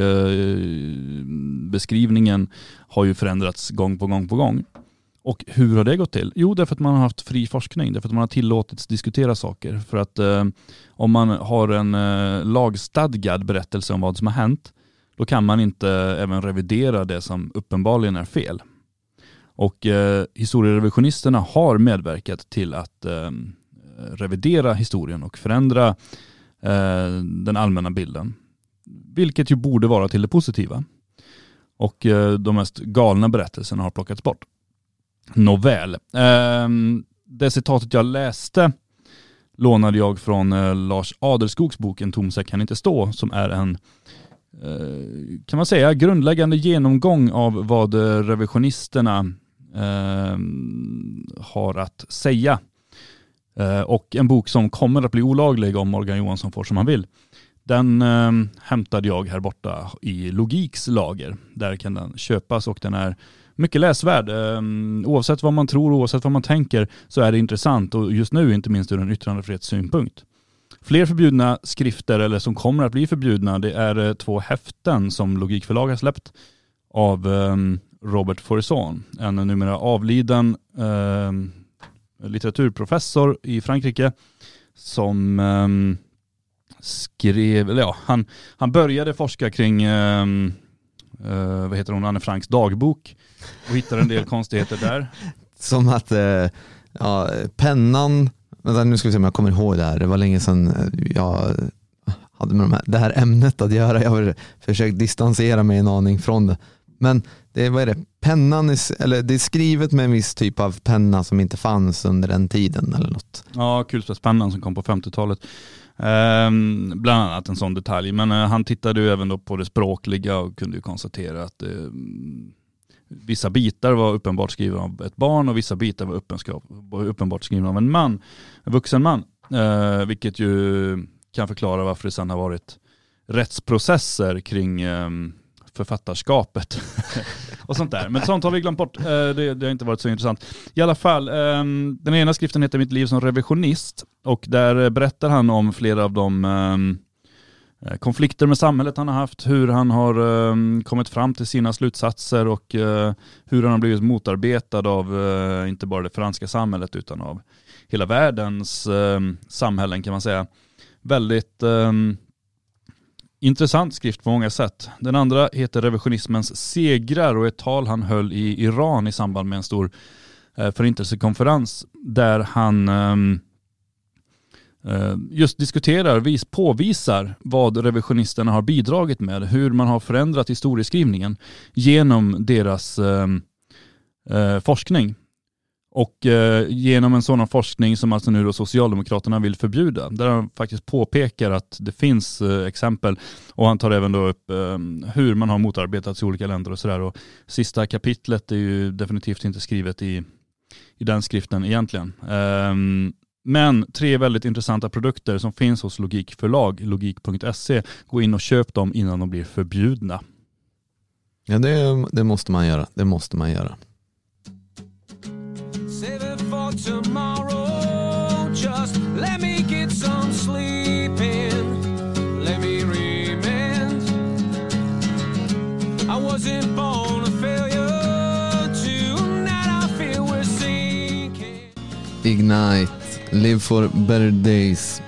A: historiebeskrivningen har ju förändrats gång på gång på gång. Och hur har det gått till? Jo, därför att man har haft fri forskning. Därför att man har tillåtits diskutera saker. För att eh, om man har en eh, lagstadgad berättelse om vad som har hänt, då kan man inte även revidera det som uppenbarligen är fel. Och eh, historierevisionisterna har medverkat till att eh, revidera historien och förändra eh, den allmänna bilden. Vilket ju borde vara till det positiva. Och eh, de mest galna berättelserna har plockats bort. Nåväl. Eh, det citatet jag läste lånade jag från eh, Lars Aderskogs bok En tom säck kan inte stå, som är en eh, kan man säga grundläggande genomgång av vad revisionisterna eh, har att säga. Eh, och en bok som kommer att bli olaglig om Morgan Johansson får som han vill. Den eh, hämtade jag här borta i Logiks lager. Där kan den köpas och den är mycket läsvärd. Eh, oavsett vad man tror, oavsett vad man tänker, så är det intressant. Och just nu inte minst ur en yttrandefrihetssynpunkt. Fler förbjudna skrifter, eller som kommer att bli förbjudna, det är eh, två häften som Logikförlag har släppt av eh, Robert Faurisson. En numera avliden eh, litteraturprofessor i Frankrike som eh, skrev, eller ja, han, han började forska kring eh, eh, vad heter hon, Anne Franks dagbok och hittade en del konstigheter där.
E: Som att eh, ja, pennan, vänta, nu ska vi se om jag kommer ihåg det här, det var länge sedan jag hade med de här, det här ämnet att göra, jag har försökt distansera mig en aning från det, men det, vad är det, pennan är, eller det är skrivet med en viss typ av penna som inte fanns under den tiden eller något.
A: Ja, kulspetspennan som kom på femtiotalet. Um, bland annat en sån detalj, men uh, han tittade ju även då på det språkliga och kunde ju konstatera att uh, vissa bitar var uppenbart skrivna av ett barn och vissa bitar var uppenbart skrivna av en man, en vuxen man, uh, vilket ju kan förklara varför det sedan har varit rättsprocesser kring um, författarskapet och sånt där. Men sånt har vi glömt bort. Uh, det, det har inte varit så intressant. I alla fall, um, den ena skriften heter Mitt liv som revisionist och där berättar han om flera av de um, konflikter med samhället han har haft, hur han har um, kommit fram till sina slutsatser och uh, hur han har blivit motarbetad av uh, inte bara det franska samhället utan av hela världens eh, samhällen kan man säga. Väldigt eh, intressant skrift på många sätt. Den andra heter Revisionismens segrar och ett tal han höll i Iran i samband med en stor eh, förintelsekonferens där han eh, just diskuterar, vis, påvisar vad revisionisterna har bidragit med, hur man har förändrat historieskrivningen genom deras eh, eh, forskning. Och eh, genom en sådan forskning som alltså nu då Socialdemokraterna vill förbjuda. Där han faktiskt påpekar att det finns eh, exempel och han tar även då upp eh, hur man har motarbetats i olika länder och sådär. Och sista kapitlet är ju definitivt inte skrivet i, i den skriften egentligen. Eh, men tre väldigt intressanta produkter som finns hos Logikförlag, logik punkt se. Gå in och köp dem innan de blir förbjudna.
E: Ja, det, det måste man göra. Det måste man göra.
F: Save it for tomorrow. Just let me get some sleep in. Let me remind I wasn't born a failure. Tonight I feel we're sinking.
E: Ignite. Live for better days.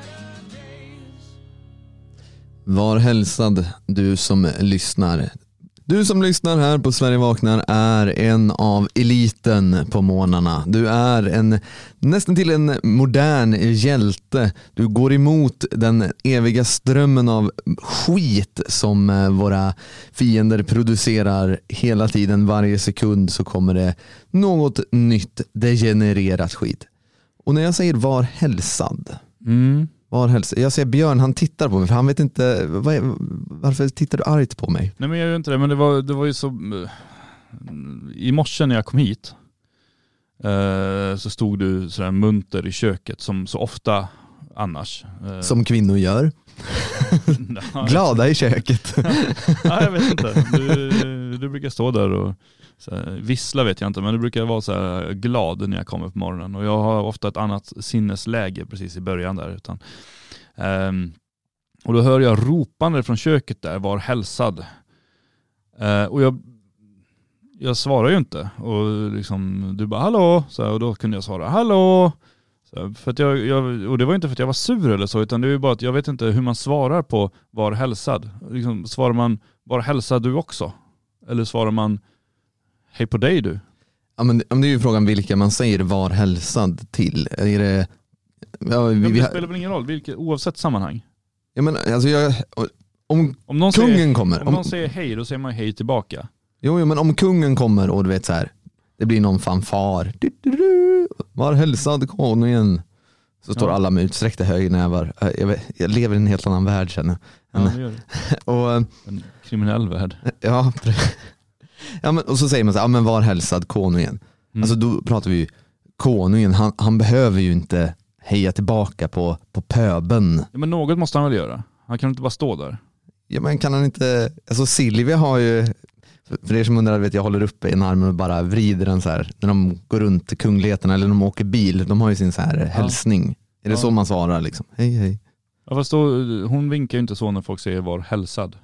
E: Var hälsad du som lyssnar. Du som lyssnar här på Sverige vaknar är en av eliten på morgnarna. Du är en nästan till en modern hjälte. Du går emot den eviga strömmen av skit som våra fiender producerar hela tiden. Varje sekund så kommer det något nytt degenererat skit. Och när jag säger var hälsad...
A: Mm.
E: Var hälsad. Jag ser Björn, han tittar på mig för han vet inte, vad är, varför tittar du argt på mig?
A: Nej men jag gör inte det, men det var, det var ju så, i morse när jag kom hit eh, så stod du sådär munter i köket som så ofta annars. Eh.
E: Som kvinnor gör. Glada i köket.
A: Ja, jag vet inte. Du, du brukar stå där och så här, vissla vet jag inte, men du brukar vara så här glad när jag kommer på morgonen. Och jag har ofta ett annat sinnesläge precis i början där. Utan, um, och då hör jag ropande från köket där, var hälsad. Uh, och jag, jag svarar ju inte. Och liksom, du bara hallå, så här, och då kunde jag svara hallå. Så, för att jag, jag, och det var inte för att jag var sur eller så, utan det är ju bara att jag vet inte hur man svarar på var hälsad. Liksom, svarar man var hälsad du också? Eller svarar man hej på dig du?
E: Ja, men det är ju frågan vilka man säger var hälsad till. Är det, ja, vi,
A: ja,
E: vi,
A: det spelar väl ingen roll, vilket, oavsett sammanhang.
E: Ja, men, alltså jag, om,
A: om någon
E: kungen
A: säger,
E: kommer.
A: Om,
E: om
A: någon säger hej, då säger man hej tillbaka.
E: Jo, jo, men om kungen kommer och du vet så här, det blir någon fanfar. Du, du, du, var hälsad konungen. Så står
A: ja.
E: alla med utsträckta högnävar. Jag, vet, jag lever i en helt annan värld känner
A: jag. Ja, det gör det.
E: och,
A: en kriminell värld.
E: Ja, ja men, och så säger man så här, ja, men var hälsad konungen. Mm. Alltså då pratar vi ju, konungen, han, han behöver ju inte heja tillbaka på, på pöben.
A: Ja, men något måste han väl göra. Han kan inte bara stå där.
E: Ja, men kan han inte, alltså Silvia har ju, för er som undrar, vet jag håller uppe en arm och bara vrider den så här när de går runt kungligheterna eller när de åker bil, de har ju sin så här hälsning. Ja. Är det ja. så man svarar liksom? Hej hej.
A: Ja, fast då, hon vinkar ju inte så när folk säger var hälsad.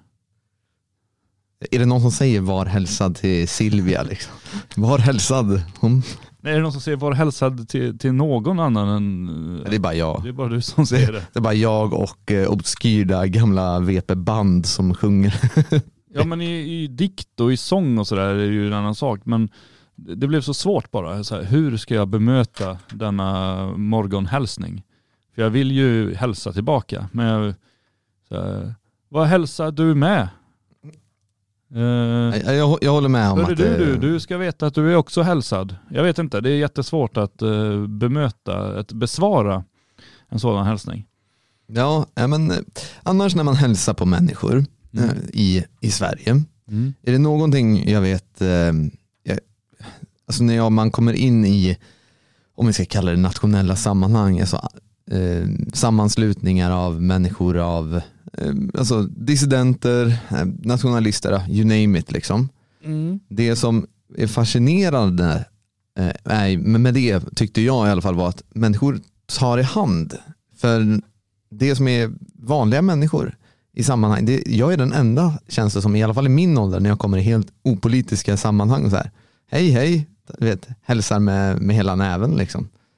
E: Är det någon som säger var hälsad till Silvia liksom? Var hälsad? Hon...
A: Nej, är det någon som säger var hälsad till, till någon annan än...
E: Det är bara jag.
A: Det är bara du som säger det.
E: Det är bara jag och eh, obskyra gamla V P-band som sjunger.
A: Ja, men i, i dikt och i sång och sådär är det ju en annan sak. Men det blev så svårt bara. Så här, hur ska jag bemöta denna morgonhälsning? För jag vill ju hälsa tillbaka. Men jag... Så här, vad hälsar du med? Uh,
E: jag, jag, jag håller med om att...
A: Du, du, du ska veta att du är också hälsad. Jag vet inte, det är jättesvårt att uh, bemöta, att besvara en sådan hälsning.
E: Ja, men annars när man hälsar på människor mm. i, i Sverige, mm. är det någonting jag vet, eh, jag, alltså när jag, man kommer in i, om vi ska kalla det nationella sammanhang, alltså, eh, sammanslutningar av människor av eh, alltså dissidenter, eh, nationalister, you name it liksom. Mm. Det som är fascinerande eh, nej, men med det tyckte jag i alla fall var att människor tar i hand. För det som är vanliga människor i sammanhang, det, jag är den enda tjänsten som i alla fall i min ålder när jag kommer i helt opolitiska sammanhang så här, hej hej, vet, hälsar med, med hela näven liksom.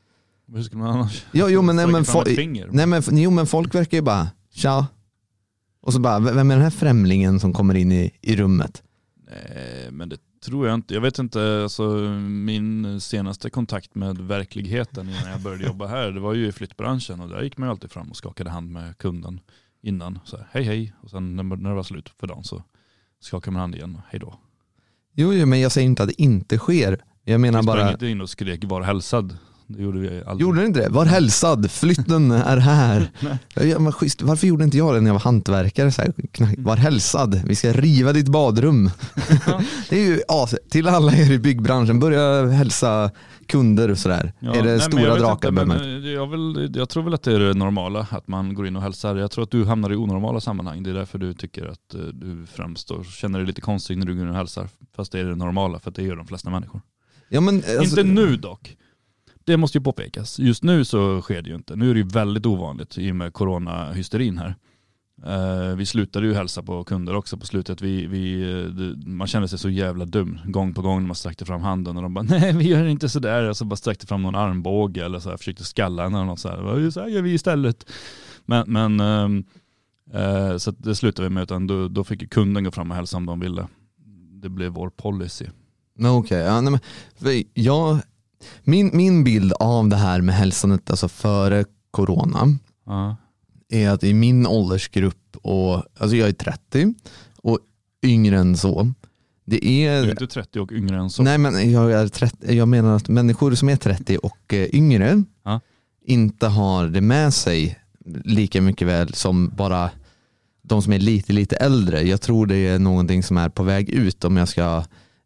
A: Hur skulle man annars?
E: Jo, jo, men, nej, men,
A: fram ett
E: fo-
A: finger.
E: nej, men, jo, men folk verkar ju bara, tja. Och så bara, vem är den här främlingen som kommer in i, i rummet?
A: Nej, men det tror jag inte. Jag vet inte, alltså, min senaste kontakt med verkligheten innan jag började jobba här, det var ju i flyttbranschen och där gick man ju alltid fram och skakade hand med kunden innan. Så här, hej hej. Och sen när det var slut för dagen så skakade man hand igen. Hej då.
E: Jo, jo, men jag säger inte att det inte sker. Jag menar
A: Vi sprang
E: bara...
A: inte in och skrek var hälsad. Det gjorde vi aldrig.
E: Gjorde ni inte det? Var hälsad, flytten är här. Ja, men schysst. Varför gjorde inte jag det när jag var hantverkare? Så här, knack, var hälsad, vi ska riva ditt badrum. Det är ju as. Till alla er i byggbranschen, börja hälsa kunder och sådär.
A: Ja,
E: är det
A: nej,
E: stora
A: jag
E: drakar?
A: inte, men jag, vill, jag tror väl att det är det normala, att man går in och hälsar. Jag tror att du hamnar i onormala sammanhang. Det är därför du tycker att du främst och känner dig lite konstig när du går in och hälsar. Fast det är det normala, för att det gör de flesta människor.
E: Ja, men, alltså...
A: Inte nu dock. Det måste ju påpekas. Just nu så sker det ju inte. Nu är det ju väldigt ovanligt i och med coronahysterin här. Uh, vi slutade ju hälsa på kunder också på slutet. Vi, vi, det, man kände sig så jävla dum gång på gång när man sträckte fram handen och de bara, nej vi gör inte sådär. Och så bara sträckte fram någon armbåge eller så här, försökte skalla en eller något så här. Så här gör vi istället. Men, men uh, uh, så det slutade vi med, utan då, då fick kunden gå fram och hälsa om de ville. Det blev vår policy.
E: Okej, okay, ja, nej, men jag... Min, min bild av det här med hälsandet, alltså före corona,
A: uh.
E: är att i min åldersgrupp, och alltså jag är trettio och yngre än så. Det är...
A: Du är inte trettio och yngre än så.
E: Nej, men jag, är trettio, jag menar att människor som är trettio och yngre
A: uh. inte
E: har det med sig lika mycket väl som bara de som är lite, lite äldre. Jag tror det är någonting som är på väg ut, om jag ska...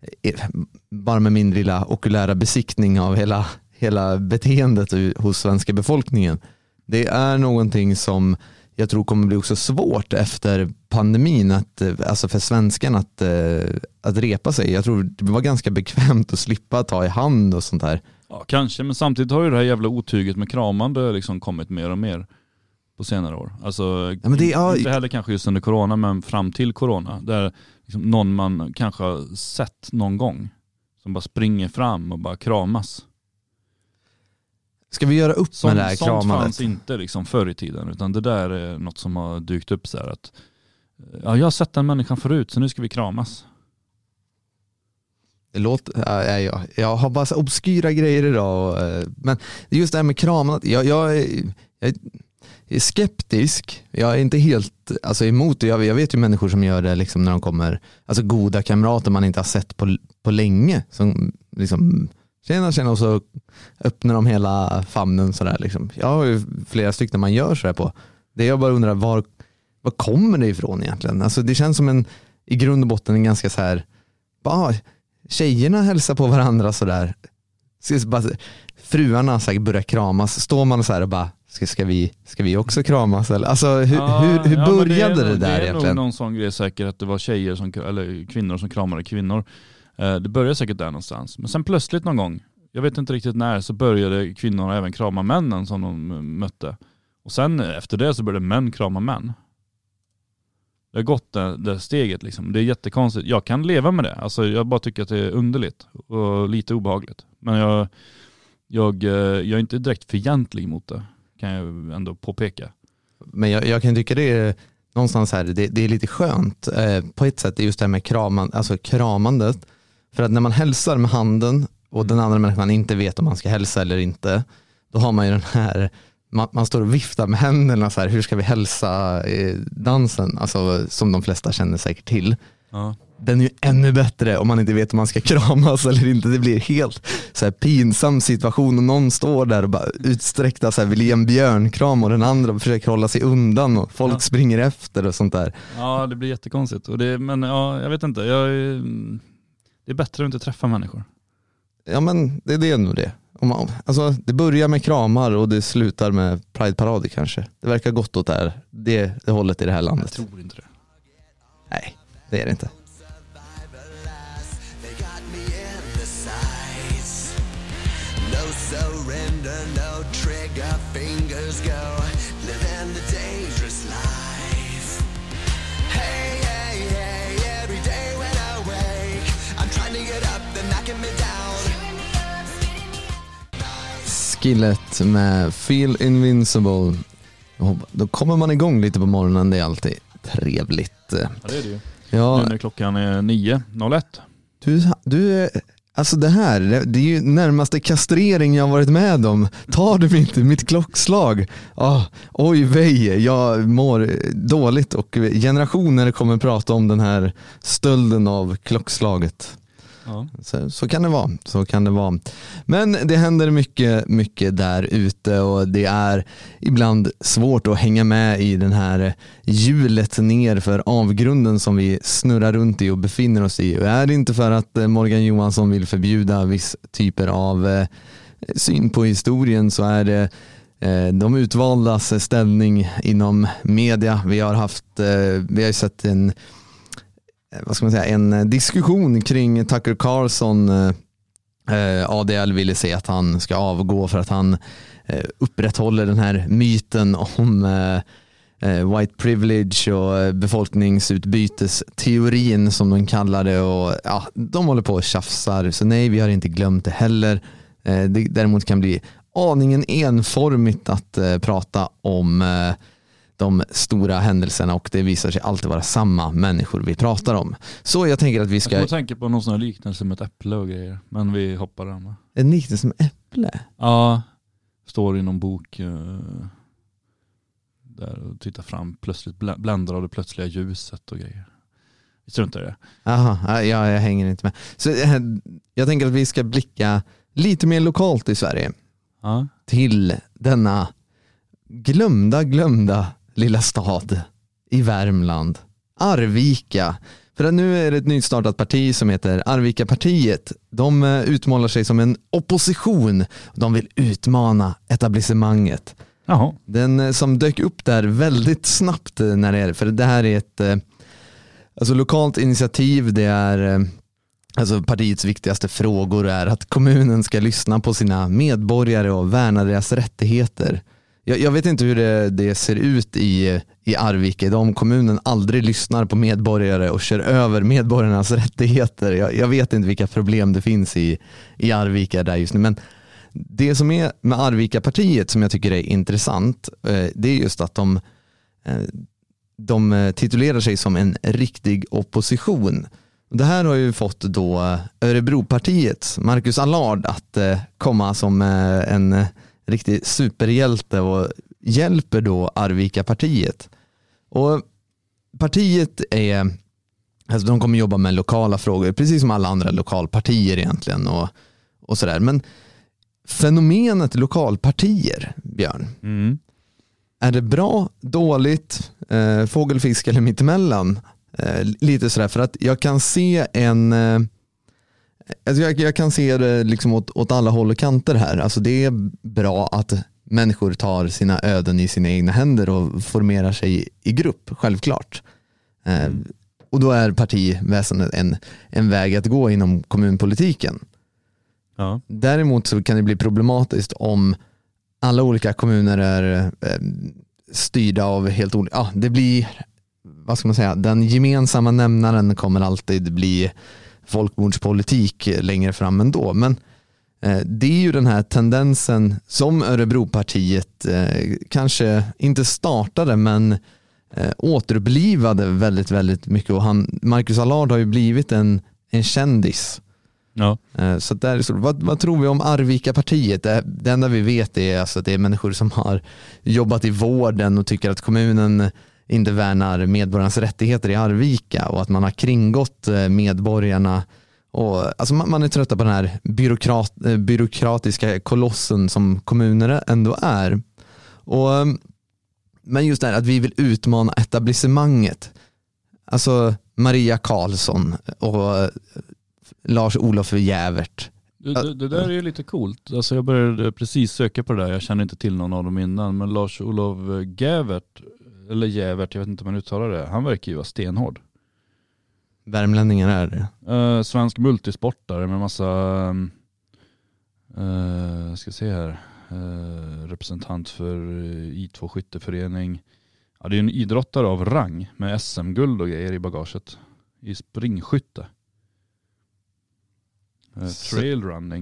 E: bara med min lilla okulära besiktning av hela, hela beteendet hos svenska befolkningen. Det är någonting som jag tror kommer bli också svårt efter pandemin, att, alltså för svenskan att, att repa sig. Jag tror det var ganska bekvämt att slippa ta i hand och sånt här.
A: Ja, kanske, men samtidigt har ju det här jävla otyget med kramande liksom kommit mer och mer på senare år. Alltså,
E: ja, men det, ja,
A: inte heller kanske just under corona, men fram till corona, där liksom någon man kanske har sett någon gång som bara springer fram och bara kramas.
E: Ska vi göra upp
A: sånt,
E: med det här kramandet?
A: Sånt fanns inte liksom förr i tiden, utan det där är något som har dykt upp så här att ja, jag har sett den människan förut, så nu ska vi kramas.
E: Det låter, ja, jag, jag har bara så obskyra grejer idag, men just det här med kramandet, jag, jag, jag är skeptisk. Jag är inte helt alltså, emot det. Jag, jag vet ju människor som gör det liksom, när de kommer, alltså goda kamrater man inte har sett på, på länge, som liksom tjena, tjena, och så öppnar de hela famnen sådär liksom. Jag har ju flera stycken man gör sådär på. Det jag bara undrar, var, var kommer det ifrån egentligen? Alltså det känns som en, i grund och botten en ganska så här, bara tjejerna hälsar på varandra sådär. Bara, fruarna så här, börjar kramas. Står man så här och bara, ska, ska, vi, ska vi också kramas? Eller? Alltså hur,
A: ja,
E: hur, hur
A: ja,
E: började det,
A: det,
E: det där
A: egentligen? Det är
E: egentligen?
A: nog någon sån grej säkert, att det var tjejer som, eller kvinnor som kramade kvinnor. Det började säkert där någonstans. Men sen plötsligt någon gång, jag vet inte riktigt när, så började kvinnor även krama männen som de mötte. Och sen efter det så började män krama män. Det har gått det, det steget liksom. Det är jättekonstigt. Jag kan leva med det. Alltså, jag bara tycker att det är underligt och lite obehagligt. Men jag, jag, jag är inte direkt fientlig mot det, kan jag ändå påpeka.
E: Men jag, jag kan tycka det är någonstans här, det, det är lite skönt eh, på ett sätt, just det här med kraman, alltså kramandet. För att när man hälsar med handen och den andra människan inte vet om man ska hälsa eller inte, då har man ju den här, man, man står och viftar med händerna så här, hur ska vi hälsa eh, dansen, alltså som de flesta känner säkert till.
A: Ja.
E: Den är ju ännu bättre om man inte vet om man ska kramas eller inte. Det blir helt så här pinsam situation och någon står där och bara utsträckta så här, vill ge en björnkram och den andra försöker hålla sig undan och folk ja. springer efter och sånt där.
A: Ja, det blir jättekonstigt. Och det, men ja, jag vet inte. Jag, det är bättre att inte träffa människor.
E: Ja, men det, det är nog det. Om man, alltså, det börjar med kramar och det slutar med Pride-parader kanske. Det verkar gott åt det här. Det, det hållet i det här landet.
A: Jag tror inte det.
E: Nej, det är det inte. Skillet med Feel Invincible. Då kommer man igång lite på morgonen, det är alltid trevligt.
A: Ja, det är det ju.
E: Ja.
A: Nu när klockan är nio noll ett.
E: Du, du, alltså det här, det är ju närmaste kastrering jag har varit med om. Tar du inte mitt klockslag? Oh, oj vej, jag mår dåligt och generationer kommer prata om den här stölden av klockslaget.
A: Ja.
E: Så, så kan det vara, så kan det vara. Men det händer mycket, mycket där ute och det är ibland svårt att hänga med i den här hjulet ner för avgrunden som vi snurrar runt i och befinner oss i. Och är det inte för att Morgan Johansson vill förbjuda viss typer av eh, syn på historien, så är det eh, de utvaldas ställning inom media. Vi har haft, eh, vi har sett en vad ska man säga, en diskussion kring Tucker Carlson. eh, A D L ville se att han ska avgå för att han eh, upprätthåller den här myten om eh, white privilege och befolkningsutbytesteorin som de kallar det, och ja, de håller på och tjafsar, så nej, vi har inte glömt det heller. eh, det däremot kan bli aningen enformigt att eh, prata om eh, de stora händelserna, och det visar sig alltid vara samma människor vi pratar om. Så jag tänker att vi ska...
A: Jag tänker på någon sån här liknelse med ett äpple och grejer, men vi hoppar den.
E: En liknelse med äpple?
A: Ja, står i någon bok uh, där och tittar fram, plötsligt bländar av det plötsliga ljuset och grejer. Jag tror inte det.
E: Jaha, ja, jag hänger inte med. Så jag, jag tänker att vi ska blicka lite mer lokalt i Sverige.
A: Ja.
E: Till denna glömda, glömda lilla stad i Värmland, Arvika. För att nu är det ett nystartat parti som heter Arvika-partiet. De utmålar sig som en opposition. De vill utmana etablissemanget.
A: Jaha.
E: Den som dök upp där väldigt snabbt när det är, för det här är ett alltså lokalt initiativ. Det är alltså partiets viktigaste frågor är att kommunen ska lyssna på sina medborgare och värna deras rättigheter. Jag, jag vet inte hur det, det ser ut i, i Arvika. Om kommunen aldrig lyssnar på medborgare och kör över medborgarnas rättigheter. Jag, jag vet inte vilka problem det finns i, i Arvika där just nu. Men det som är med Arvika-partiet som jag tycker är intressant, det är just att de, de titulerar sig som en riktig opposition. Det här har ju fått då Örebropartiets Marcus Allard att komma som en riktig superhjälte och hjälper då Arvika-partiet. Och partiet är, alltså de kommer jobba med lokala frågor precis som alla andra lokalpartier egentligen och, och sådär. Men fenomenet lokalpartier, Björn, mm. är det bra, dåligt, eh, fågelfisk eller mittemellan? Eh, lite sådär, för att jag kan se en eh, alltså jag, jag kan se det liksom åt, åt alla håll och kanter här. Alltså det är bra att människor tar sina öden i sina egna händer och formerar sig i grupp, självklart. Eh, mm. Och då är partiväsendet en, en väg att gå inom kommunpolitiken. Ja. Däremot så kan det bli problematiskt om alla olika kommuner är eh, styrda av helt olika, ja, det blir, vad ska man säga, den gemensamma nämnaren kommer alltid bli folkmordspolitik längre fram ändå. Men eh, det är ju den här tendensen som Örebropartiet eh, kanske inte startade, men eh, återupplivade väldigt, väldigt mycket. Och han, Marcus Allard har ju blivit en, en kändis. Ja. Eh, så där, så, vad, vad tror vi om Arvika-partiet? Det, det enda vi vet är alltså att det är människor som har jobbat i vården och tycker att kommunen inte värnar medborgarnas rättigheter i Arvika, och att man har kringgått medborgarna. Och, alltså man, man är trötta på den här byråkrat, byråkratiska kolossen som kommuner ändå är. Och, men just det här att vi vill utmana etablissemanget. Alltså Maria Karlsson och Lars-Olof Jävert.
A: Det, det, det där är ju lite coolt. Alltså jag började precis söka på det där. Jag känner inte till någon av dem innan. Men Lars-Olof Jävert, eller Jävert, jag vet inte om man uttalar det. Han verkar ju vara stenhård.
E: Värmlänningar är det.
A: Uh, svensk multisportare med massa uh, ska se här uh, representant för I två skytteförening. Ja, det är en idrottare av rang med S M-guld och grejer i bagaget i springskytte. Uh, trailrunning.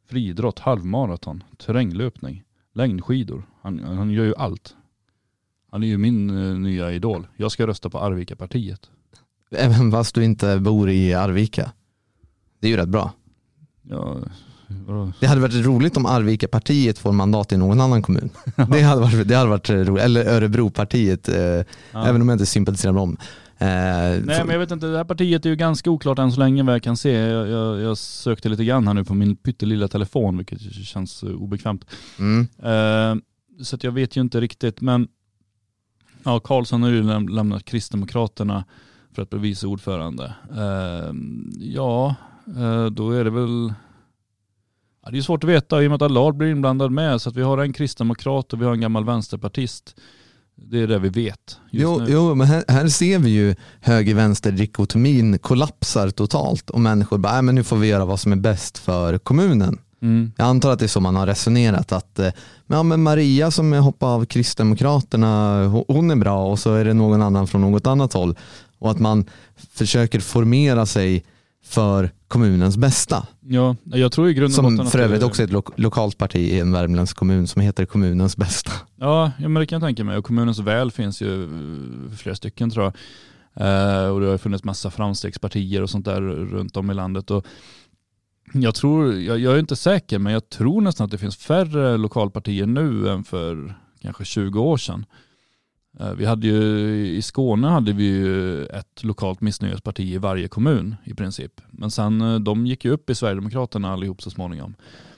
A: friidrott, halvmaraton, terränglöpning, längdskidor. Han, han gör ju allt. Han är ju min uh, nya idol. Jag ska rösta på Arvika-partiet.
E: Även fast du inte bor i Arvika. Det är ju rätt bra.
A: Ja, vadå?
E: Det hade varit roligt om Arvika-partiet får mandat i någon annan kommun. det, hade varit, det hade varit roligt. Eller Örebro-partiet, eh, ja. Även om jag inte sympatiserar med dem. Eh,
A: Nej, men jag vet inte, det här partiet är ju ganska oklart än så länge vad jag kan se. Jag, jag, jag sökte lite grann här nu på min pyttelilla telefon, vilket känns obekvämt.
E: Mm.
A: Eh, så att jag vet ju inte riktigt, men ja, Karlsson har ju läm- lämnat Kristdemokraterna för att bli vice ordförande. Eh, ja, eh, då är det väl... Ja, det är svårt att veta i och med att Allard blir inblandad med, så att vi har en kristdemokrat och vi har en gammal vänsterpartist. Det är det vi vet just
E: jo,
A: nu.
E: jo, men här, här ser vi ju höger-vänster-dikotomin kollapsar totalt och människor bara, äh, men nu får vi göra vad som är bäst för kommunen.
A: Mm.
E: Jag antar att det är så man har resonerat, att ja, men Maria som hoppar av Kristdemokraterna, hon är bra, och så är det någon annan från något annat håll, och att man försöker formera sig för kommunens bästa.
A: Ja, jag tror i grund och botten
E: som
A: att
E: för övrigt
A: det...
E: också är ett lo- lokalt parti i en Värmlands kommun som heter kommunens bästa.
A: Ja, ja, men det kan jag tänka mig. Och kommunens väl finns ju flera stycken, tror jag. Eh, och det har funnits massa framstegspartier och sånt där runt om i landet. Och jag tror, jag, jag är inte säker, men jag tror nästan att det finns färre lokalpartier nu än för kanske tjugo år sedan. Eh, vi hade ju, i Skåne hade vi ju ett lokalt missnöjesparti i varje kommun i princip. Men sen de gick ju upp i Sverigedemokraterna allihop så småningom.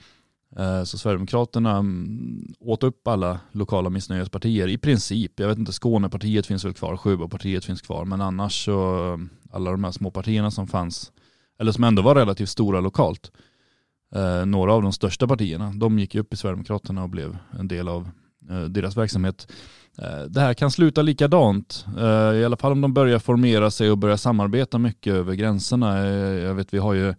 A: Så Sverigedemokraterna åt upp alla lokala missnöjespartier i princip. Jag vet inte, Skånepartiet finns väl kvar, Sjöbopartiet finns kvar, men annars så alla de här små partierna som fanns, eller som ändå var relativt stora lokalt, eh, några av de största partierna, de gick upp i Sverigedemokraterna och blev en del av eh, deras verksamhet. Eh, det här kan sluta likadant, eh, i alla fall om de börjar formera sig och börjar samarbeta mycket över gränserna. Eh, jag vet, vi har ju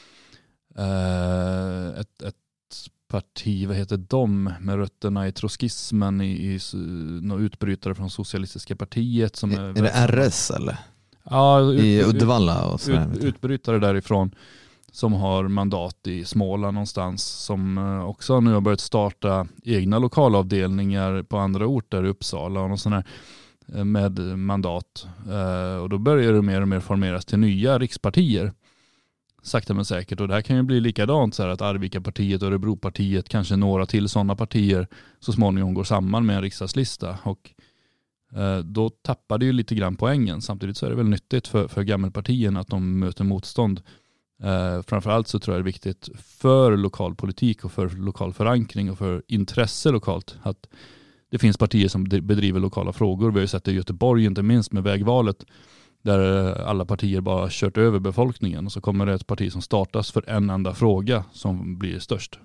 A: eh, ett, ett parti, vad heter de, med rötterna i trotskismen, i, i, i några utbrytare från Socialistiska partiet. Som
E: är,
A: är,
E: är det R S eller?
A: Ja, ut,
E: i Uddevalla och sådär.
A: Ut, utbrytare därifrån som har mandat i Småland någonstans, som också nu har börjat starta egna lokalavdelningar på andra orter i Uppsala och något sånt där, med mandat. Och då börjar det mer och mer formeras till nya rikspartier. Sakta men säkert. Och det här kan ju bli likadant, så här att Arvika-partiet och Örebro-partiet, kanske några till sådana partier, så småningom går samman med en riksdagslista. Och eh, då tappar det ju lite grann poängen. Samtidigt så är det väl nyttigt för, för gammelpartierna att de möter motstånd. Eh, framförallt så tror jag det är viktigt för lokal politik och för lokal förankring och för intresse lokalt att det finns partier som bedriver lokala frågor. Vi har ju sett det i Göteborg, inte minst med vägvalet, där alla partier bara kört över befolkningen, och så kommer det ett parti som startas för en enda fråga som blir störst.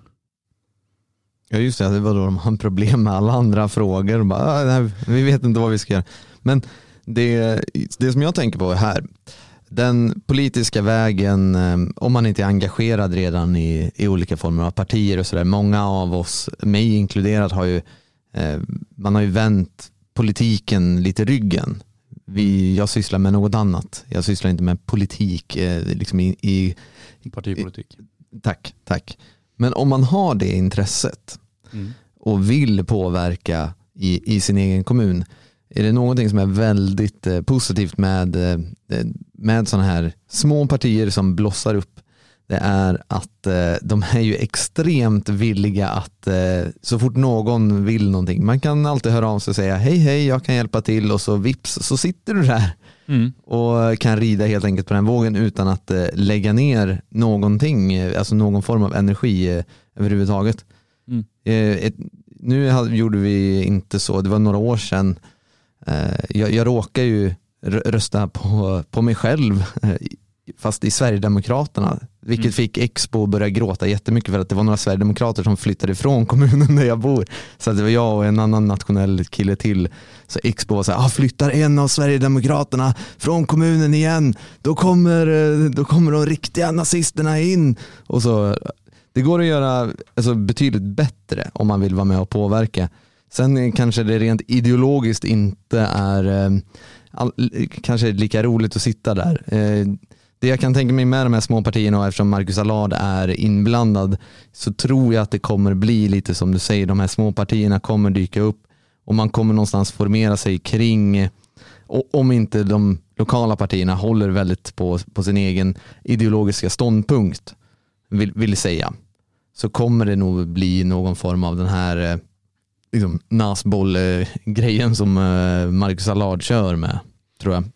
E: Ja just det, det var då de har problem med alla andra frågor och bara, nej, vi vet inte vad vi ska göra. Men det, det som jag tänker på här, den politiska vägen, om man inte är engagerad redan i, i olika former av partier och sådär, många av oss, mig inkluderat, har ju man har ju vänt politiken lite ryggen. Vi, jag sysslar med något annat. Jag sysslar inte med politik eh, liksom i, i
A: partipolitik.
E: I, tack, tack. Men om man har det intresset mm. och vill påverka i, i sin egen kommun, är det någonting som är väldigt eh, positivt med, eh, med sådana här små partier som blossar upp. Det är att eh, de är ju extremt villiga att eh, så fort någon vill någonting, man kan alltid höra av sig och säga hej hej, jag kan hjälpa till, och så vips så sitter du där mm. och kan rida helt enkelt på den vågen utan att eh, lägga ner någonting, alltså någon form av energi eh, överhuvudtaget. Mm. Eh, ett, nu hade, gjorde vi inte så, det var några år sedan, eh, jag, jag råkar ju rösta på, på mig själv fast i Sverigedemokraterna, vilket mm. fick Expo att börja gråta jättemycket för att det var några Sverigedemokrater som flyttade ifrån kommunen där jag bor. Så att det var jag och en annan nationell kille till. Så Expo var så här, ah, flyttar en av Sverigedemokraterna från kommunen igen, då kommer, då kommer de riktiga nazisterna in. Och så, det går att göra alltså, betydligt bättre om man vill vara med och påverka. Sen kanske det rent ideologiskt inte är all, kanske lika roligt att sitta där. det jag kan tänka mig med de här små partierna, och eftersom Marcus Allard är inblandad, så tror jag att det kommer bli lite som du säger, de här små partierna kommer dyka upp och man kommer någonstans formera sig kring, och om inte de lokala partierna håller väldigt på, på sin egen ideologiska ståndpunkt, vill, vill säga, så kommer det nog bli någon form av den här liksom, nasboll-grejen som Marcus Allard kör med, tror jag.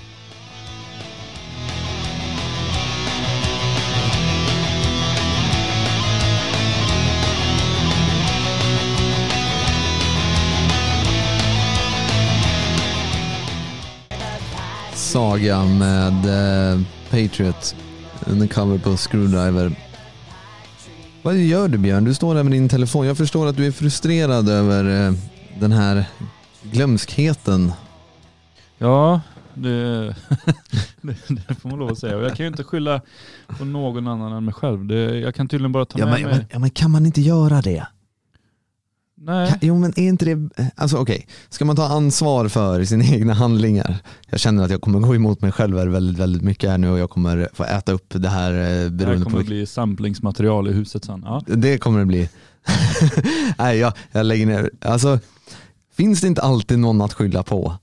E: Saga med eh, Patriot, en cover på Screwdriver. Vad gör du, Björn? Du står där med din telefon. Jag förstår att du är frustrerad över eh, den här glömskheten.
A: Ja, det, det, det får man lov att säga. Och jag kan ju inte skylla på någon annan än mig själv. Det, jag kan tydligen bara ta
E: ja,
A: med
E: men,
A: mig...
E: Ja, men kan man inte göra det?
A: Nej.
E: Kan, jo, men är inte det... Alltså okej, okay. Ska man ta ansvar för sina egna handlingar? Jag känner att jag kommer gå emot mig själv väldigt, väldigt mycket här nu, och jag kommer få äta upp det här beroende på...
A: Det här kommer på... bli samplingsmaterial i huset sen. Ja.
E: Det kommer det bli. Nej, jag, jag lägger ner. Alltså, finns det inte alltid någon att skylla på?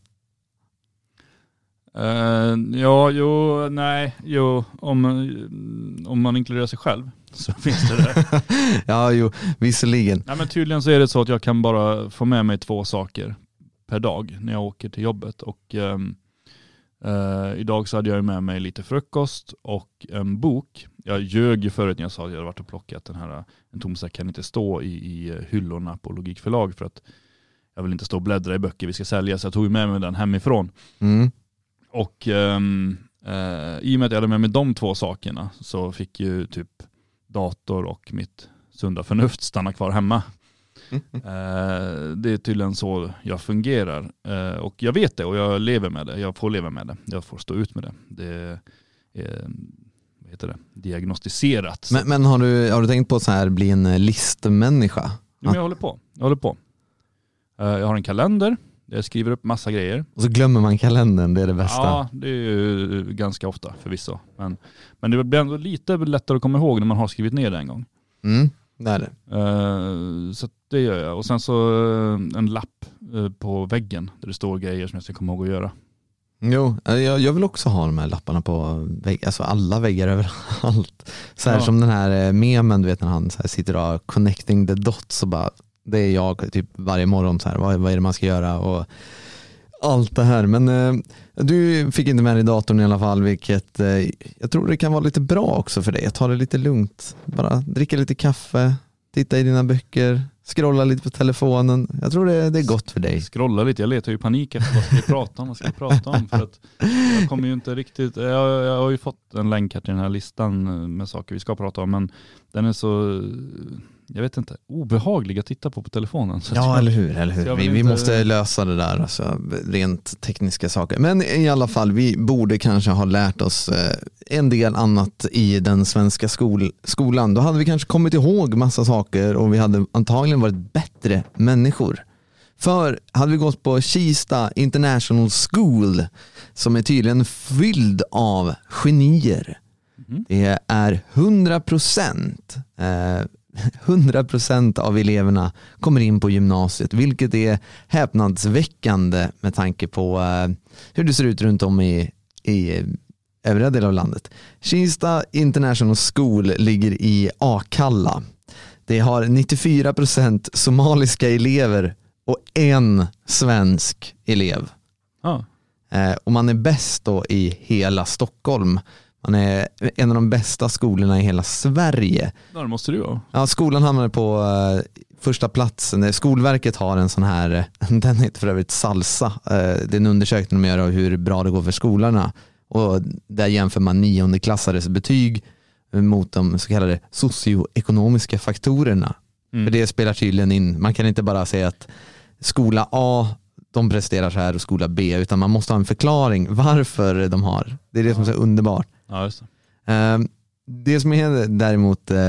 A: Uh, ja, jo, nej, jo, om, om man inkluderar sig själv så finns det där.
E: Ja, jo, visserligen.
A: Nej, men tydligen så är det så att jag kan bara få med mig två saker per dag när jag åker till jobbet. Och um, uh, idag så hade jag med mig lite frukost och en bok. Jag ljög ju förut när jag sa att jag hade varit och plockat den här. En tom säck kan inte stå i, i hyllorna på Logikförlag för att jag vill inte stå och bläddra i böcker vi ska sälja, så jag tog med mig den hemifrån.
E: Mm. Och
A: um, uh, i och med att jag hade med mig de två sakerna så fick ju typ dator och mitt sunda förnuft stanna kvar hemma. Mm. Uh, det är tydligen så jag fungerar. Uh, och jag vet det och jag lever med det. Jag får leva med det. Jag får stå ut med det. Det är vad heter det? Diagnostiserat.
E: Men, men har, du, har du tänkt på så här bli en listmänniska?
A: Men jag håller på. Jag håller på. Uh, jag har en kalender. Jag skriver upp massa grejer.
E: Och så glömmer man kalendern, det är det bästa.
A: Ja, det är ju ganska ofta förvisso. Men, men det blir ändå lite lättare att komma ihåg när man har skrivit ner det en gång.
E: Mm, det är det.
A: Uh, så det gör jag. Och sen så uh, en lapp uh, på väggen där det står grejer som jag ska komma ihåg att göra.
E: Jo, jag, jag vill också ha de här lapparna på vägg, alltså alla väggar överallt. Så här
A: ja.
E: Som den här memen, du vet när han så här sitter och connecting the dots och bara, det är jag typ varje morgon så här, vad, vad är det man ska göra och allt det här. Men eh, du fick inte med dig datorn i alla fall, vilket eh, jag tror det kan vara lite bra också för dig. Ta det lite lugnt, bara dricka lite kaffe, titta i dina böcker, scrolla lite på telefonen. Jag tror det, det är gott för dig.
A: Scrolla lite, jag letar ju panik efter vad ska vi prata om, vad ska vi prata om? För att jag kommer ju inte riktigt, jag, jag har ju fått en länk här till den här listan med saker vi ska prata om, men den är så, jag vet inte, obehaglig att titta på på telefonen. Så
E: ja,
A: jag,
E: eller hur, eller hur. Vi,
A: inte...
E: vi måste lösa det där, alltså, rent tekniska saker. Men i alla fall, vi borde kanske ha lärt oss eh, en del annat i den svenska skol- skolan. Då hade vi kanske kommit ihåg massa saker och vi hade antagligen varit bättre människor. För hade vi gått på Kista International School, som är tydligen fylld av genier. Mm. Det är hundra procent eh, hundra procent av eleverna kommer in på gymnasiet, vilket är häpnadsväckande med tanke på eh, hur det ser ut runt om i, i övriga delar av landet. Kista International School ligger i Akalla. Det har nittiofyra procent somaliska elever och en svensk elev.
A: Ah.
E: Eh, och man är bäst då i hela Stockholm. Man är en av de bästa skolorna i hela Sverige.
A: Ja, det måste du vara.
E: Ja, skolan hamnade på uh, första platsen. Skolverket har en sån här, den heter för övrigt Salsa. Uh, det är en undersökning de gör av hur bra det går för skolorna. Och där jämför man niondeklassares betyg mot de så kallade socioekonomiska faktorerna. Mm. För det spelar tydligen in. Man kan inte bara säga att skola A, de presterar så här och skola B, utan man måste ha en förklaring varför de har. Det är det som är så underbart.
A: Ja, just det.
E: Uh, det som är däremot uh,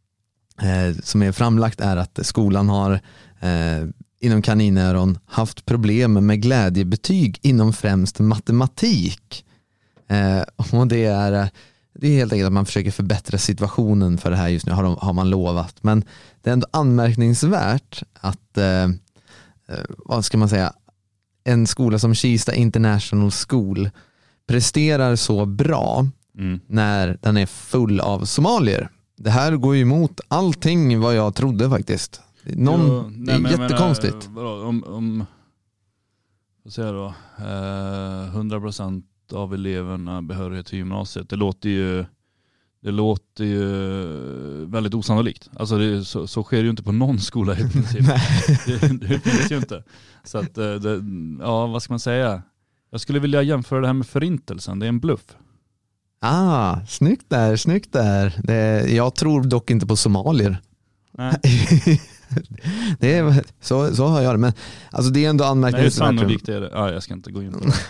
E: uh, som är framlagt är att skolan har uh, inom kaninöron haft problem med glädjebetyg inom främst matematik. Eh, och det är, det är helt enkelt att man försöker förbättra situationen för det här just nu, har, de, har man lovat. Men det är ändå anmärkningsvärt att, eh, vad ska man säga, en skola som Kista International School presterar så bra mm. när den är full av somalier. Det här går ju emot allting vad jag trodde faktiskt. Någon, jo, nej, det är jättekonstigt.
A: Menar, vadå, om, om vad säger jag då, eh, hundra procent av eleverna behörighet till gymnasiet. Det låter ju det låter ju väldigt osannolikt. Alltså det, så, så sker det ju inte på någon skola i princip. det, det finns ju inte. Så att, det, ja, vad ska man säga? Jag skulle vilja jämföra det här med förintelsen. Det är en bluff.
E: Ah, snyggt där, snyggt där. Det, jag tror dock inte på somalier.
A: Nej.
E: det är, så, så har jag det. Men alltså det är ändå anmärkningsvärt.
A: Nej, sannolikt är det. Ja, jag ska inte gå in på det.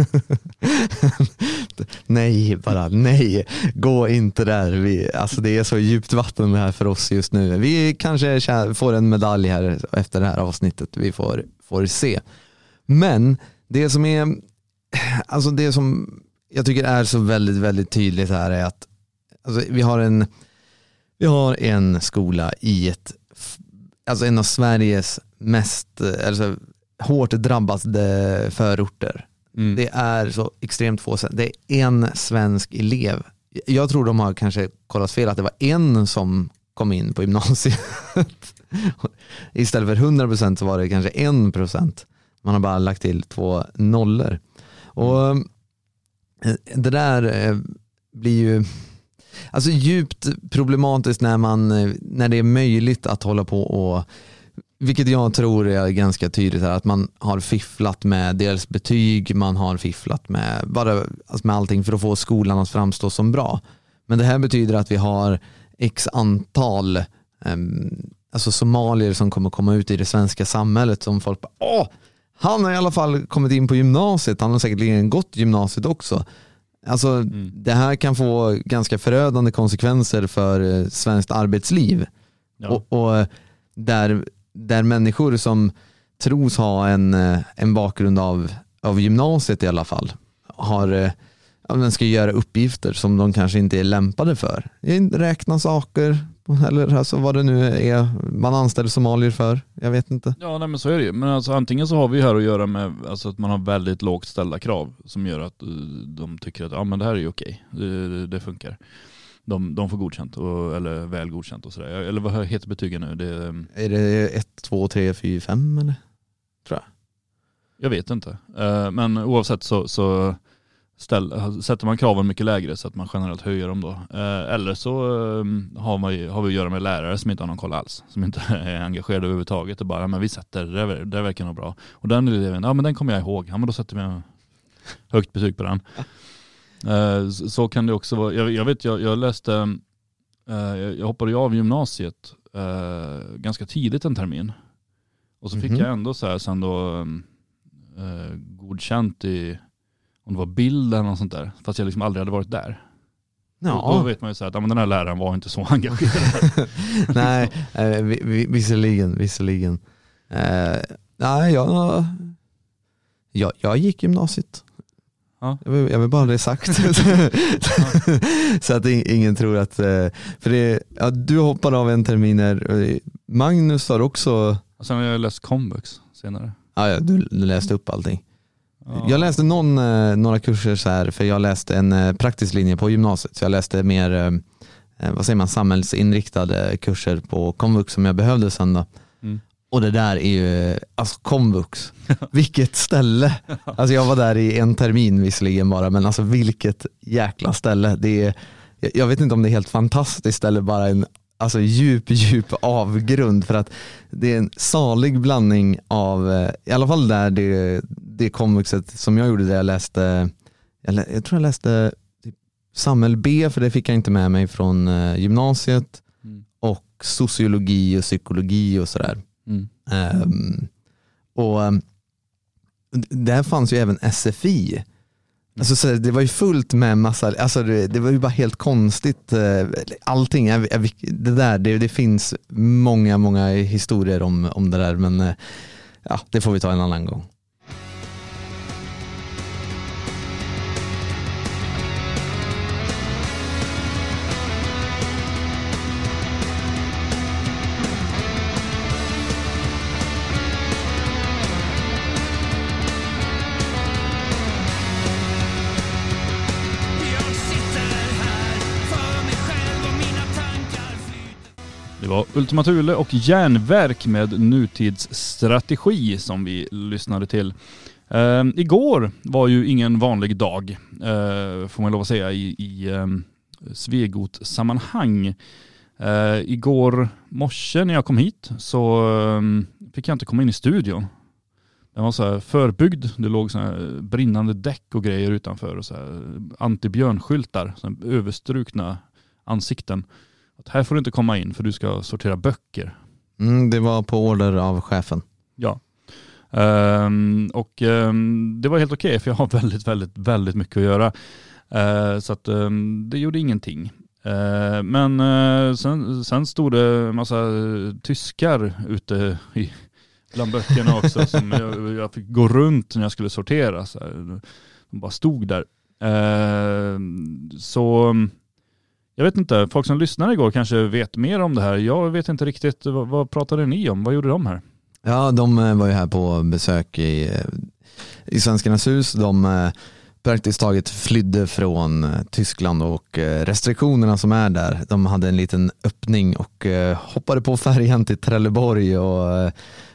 E: nej, bara nej. Gå inte där. Vi, alltså det är så djupt vatten det här för oss just nu. Vi kanske får en medalj här efter det här avsnittet. Vi får, får se. Men det som är, alltså det som jag tycker är så väldigt, väldigt tydligt här är att alltså vi har en vi har en skola i ett, alltså en av Sveriges mest alltså, hårt drabbade förorter. Mm. Det är så extremt få. Det är en svensk elev. Jag tror de har kanske kollat fel att det var en som kom in på gymnasiet. Istället för hundra procent så var det kanske en procent. Man har bara lagt till två nollor. Och mm. det där blir ju alltså djupt problematiskt när man när det är möjligt att hålla på och, vilket jag tror är ganska tydligt här, att man har fifflat med dels betyg, man har fifflat med bara alltså med allting för att få skolan att framstå som bra. Men det här betyder att vi har x antal um, alltså somalier som kommer komma ut i det svenska samhället som folk bara, åh, han har i alla fall kommit in på gymnasiet, han har säkert gått gymnasiet också. Alltså mm. det här kan få ganska förödande konsekvenser för svenskt arbetsliv. Ja. Och, och där, där människor som tros ha en, en bakgrund av, av gymnasiet i alla fall har, ja, ska göra uppgifter som de kanske inte är lämpade för. Räkna saker eller alltså vad det nu är man anställer somalier för. Jag vet inte.
A: Ja, nej, men så är det ju. Men alltså, antingen så har vi här att göra med alltså, att man har väldigt lågt ställda krav som gör att uh, de tycker att ja, men det här är ju okej. Det, det, det funkar. De, de får godkänt och, eller väl godkänt och sådär. Eller vad heter betygen nu? Det,
E: är det ett, två, tre, fyra, fem eller? Tror jag.
A: Jag vet inte. Uh, men oavsett så, så ställ, sätter man kraven mycket lägre så att man generellt höjer dem då. Eh, eller så eh, har, man, har vi att göra med lärare som inte har någon koll alls. Som inte är engagerade överhuvudtaget och bara, ja, men vi sätter det, det verkar nog bra. Och den eleven, ja men den kommer jag ihåg. Ja men då sätter vi högt betyg på den. Eh, så, så kan det också vara. Jag, jag vet, jag, jag läste, eh, jag hoppade ju av gymnasiet eh, ganska tidigt en termin. Och så fick mm-hmm. jag ändå så här sen då eh, godkänt i om det var bilden och sånt där. Fast jag liksom aldrig hade varit där. Ja. Då vet man ju så här att ja, men den här läraren var inte så engagerad.
E: Nej, eh, visserligen, visserligen. Eh, nej, jag, jag, jag gick gymnasiet. Ja. Jag, vill, jag vill bara ha det sagt. Så att ingen tror att... För det, ja, du hoppade av en terminer. Magnus har också...
A: Och sen har jag läst komvux senare.
E: Ja, ja du, du läste upp allting. Jag läste någon, några kurser så här, för jag läste en praktisk linje på gymnasiet, så jag läste mer vad säger man, samhällsinriktade kurser på komvux som jag behövde sen då. Mm. Och det där är ju, alltså komvux, vilket ställe. Alltså jag var där i en termin visserligen bara, men alltså vilket jäkla ställe. Det är, jag vet inte om det är helt fantastiskt eller bara en alltså djup, djup avgrund, för att det är en salig blandning av, i alla fall där det, det komvuxet som jag gjorde där jag läste, jag, lä, jag tror jag läste typ samhäll B, för det fick jag inte med mig från uh, gymnasiet, mm. och sociologi och psykologi och sådär. Mm. Um, och um, där fanns ju även S F I. Alltså, så det var ju fullt med massa, alltså det, det var ju bara helt konstigt allting, det där, det, det finns många, många historier om, om det där, men ja, det får vi ta en annan gång.
A: Det var Ultima Thule och Järnverk med nutidsstrategi som vi lyssnade till. Uh, igår var ju ingen vanlig dag, uh, får man lov att säga, i, i um, Svegot-sammanhang. Uh, igår morse när jag kom hit så um, fick jag inte komma in i studion. Den var så här förbyggd. Det låg så här brinnande däck och grejer utanför och så här antibjörnskyltar, så här överstrukna ansikten. Att här får du inte komma in för du ska sortera böcker.
E: Mm, det var på order av chefen.
A: Ja. Um, och um, det var helt okej okay, för jag har väldigt, väldigt, väldigt mycket att göra. Uh, så att um, det gjorde ingenting. Uh, men uh, sen, sen stod det en massa tyskar ute i bland böckerna också som jag, jag fick gå runt när jag skulle sortera. Så här. De bara stod där. Uh, så jag vet inte, folk som lyssnade igår kanske vet mer om det här. Jag vet inte riktigt, vad, vad pratade ni om? Vad gjorde de här?
E: Ja, de var ju här på besök i, i Svenskarnas hus. De praktiskt taget flydde från Tyskland och restriktionerna som är där. De hade en liten öppning och hoppade på färjan till Trelleborg och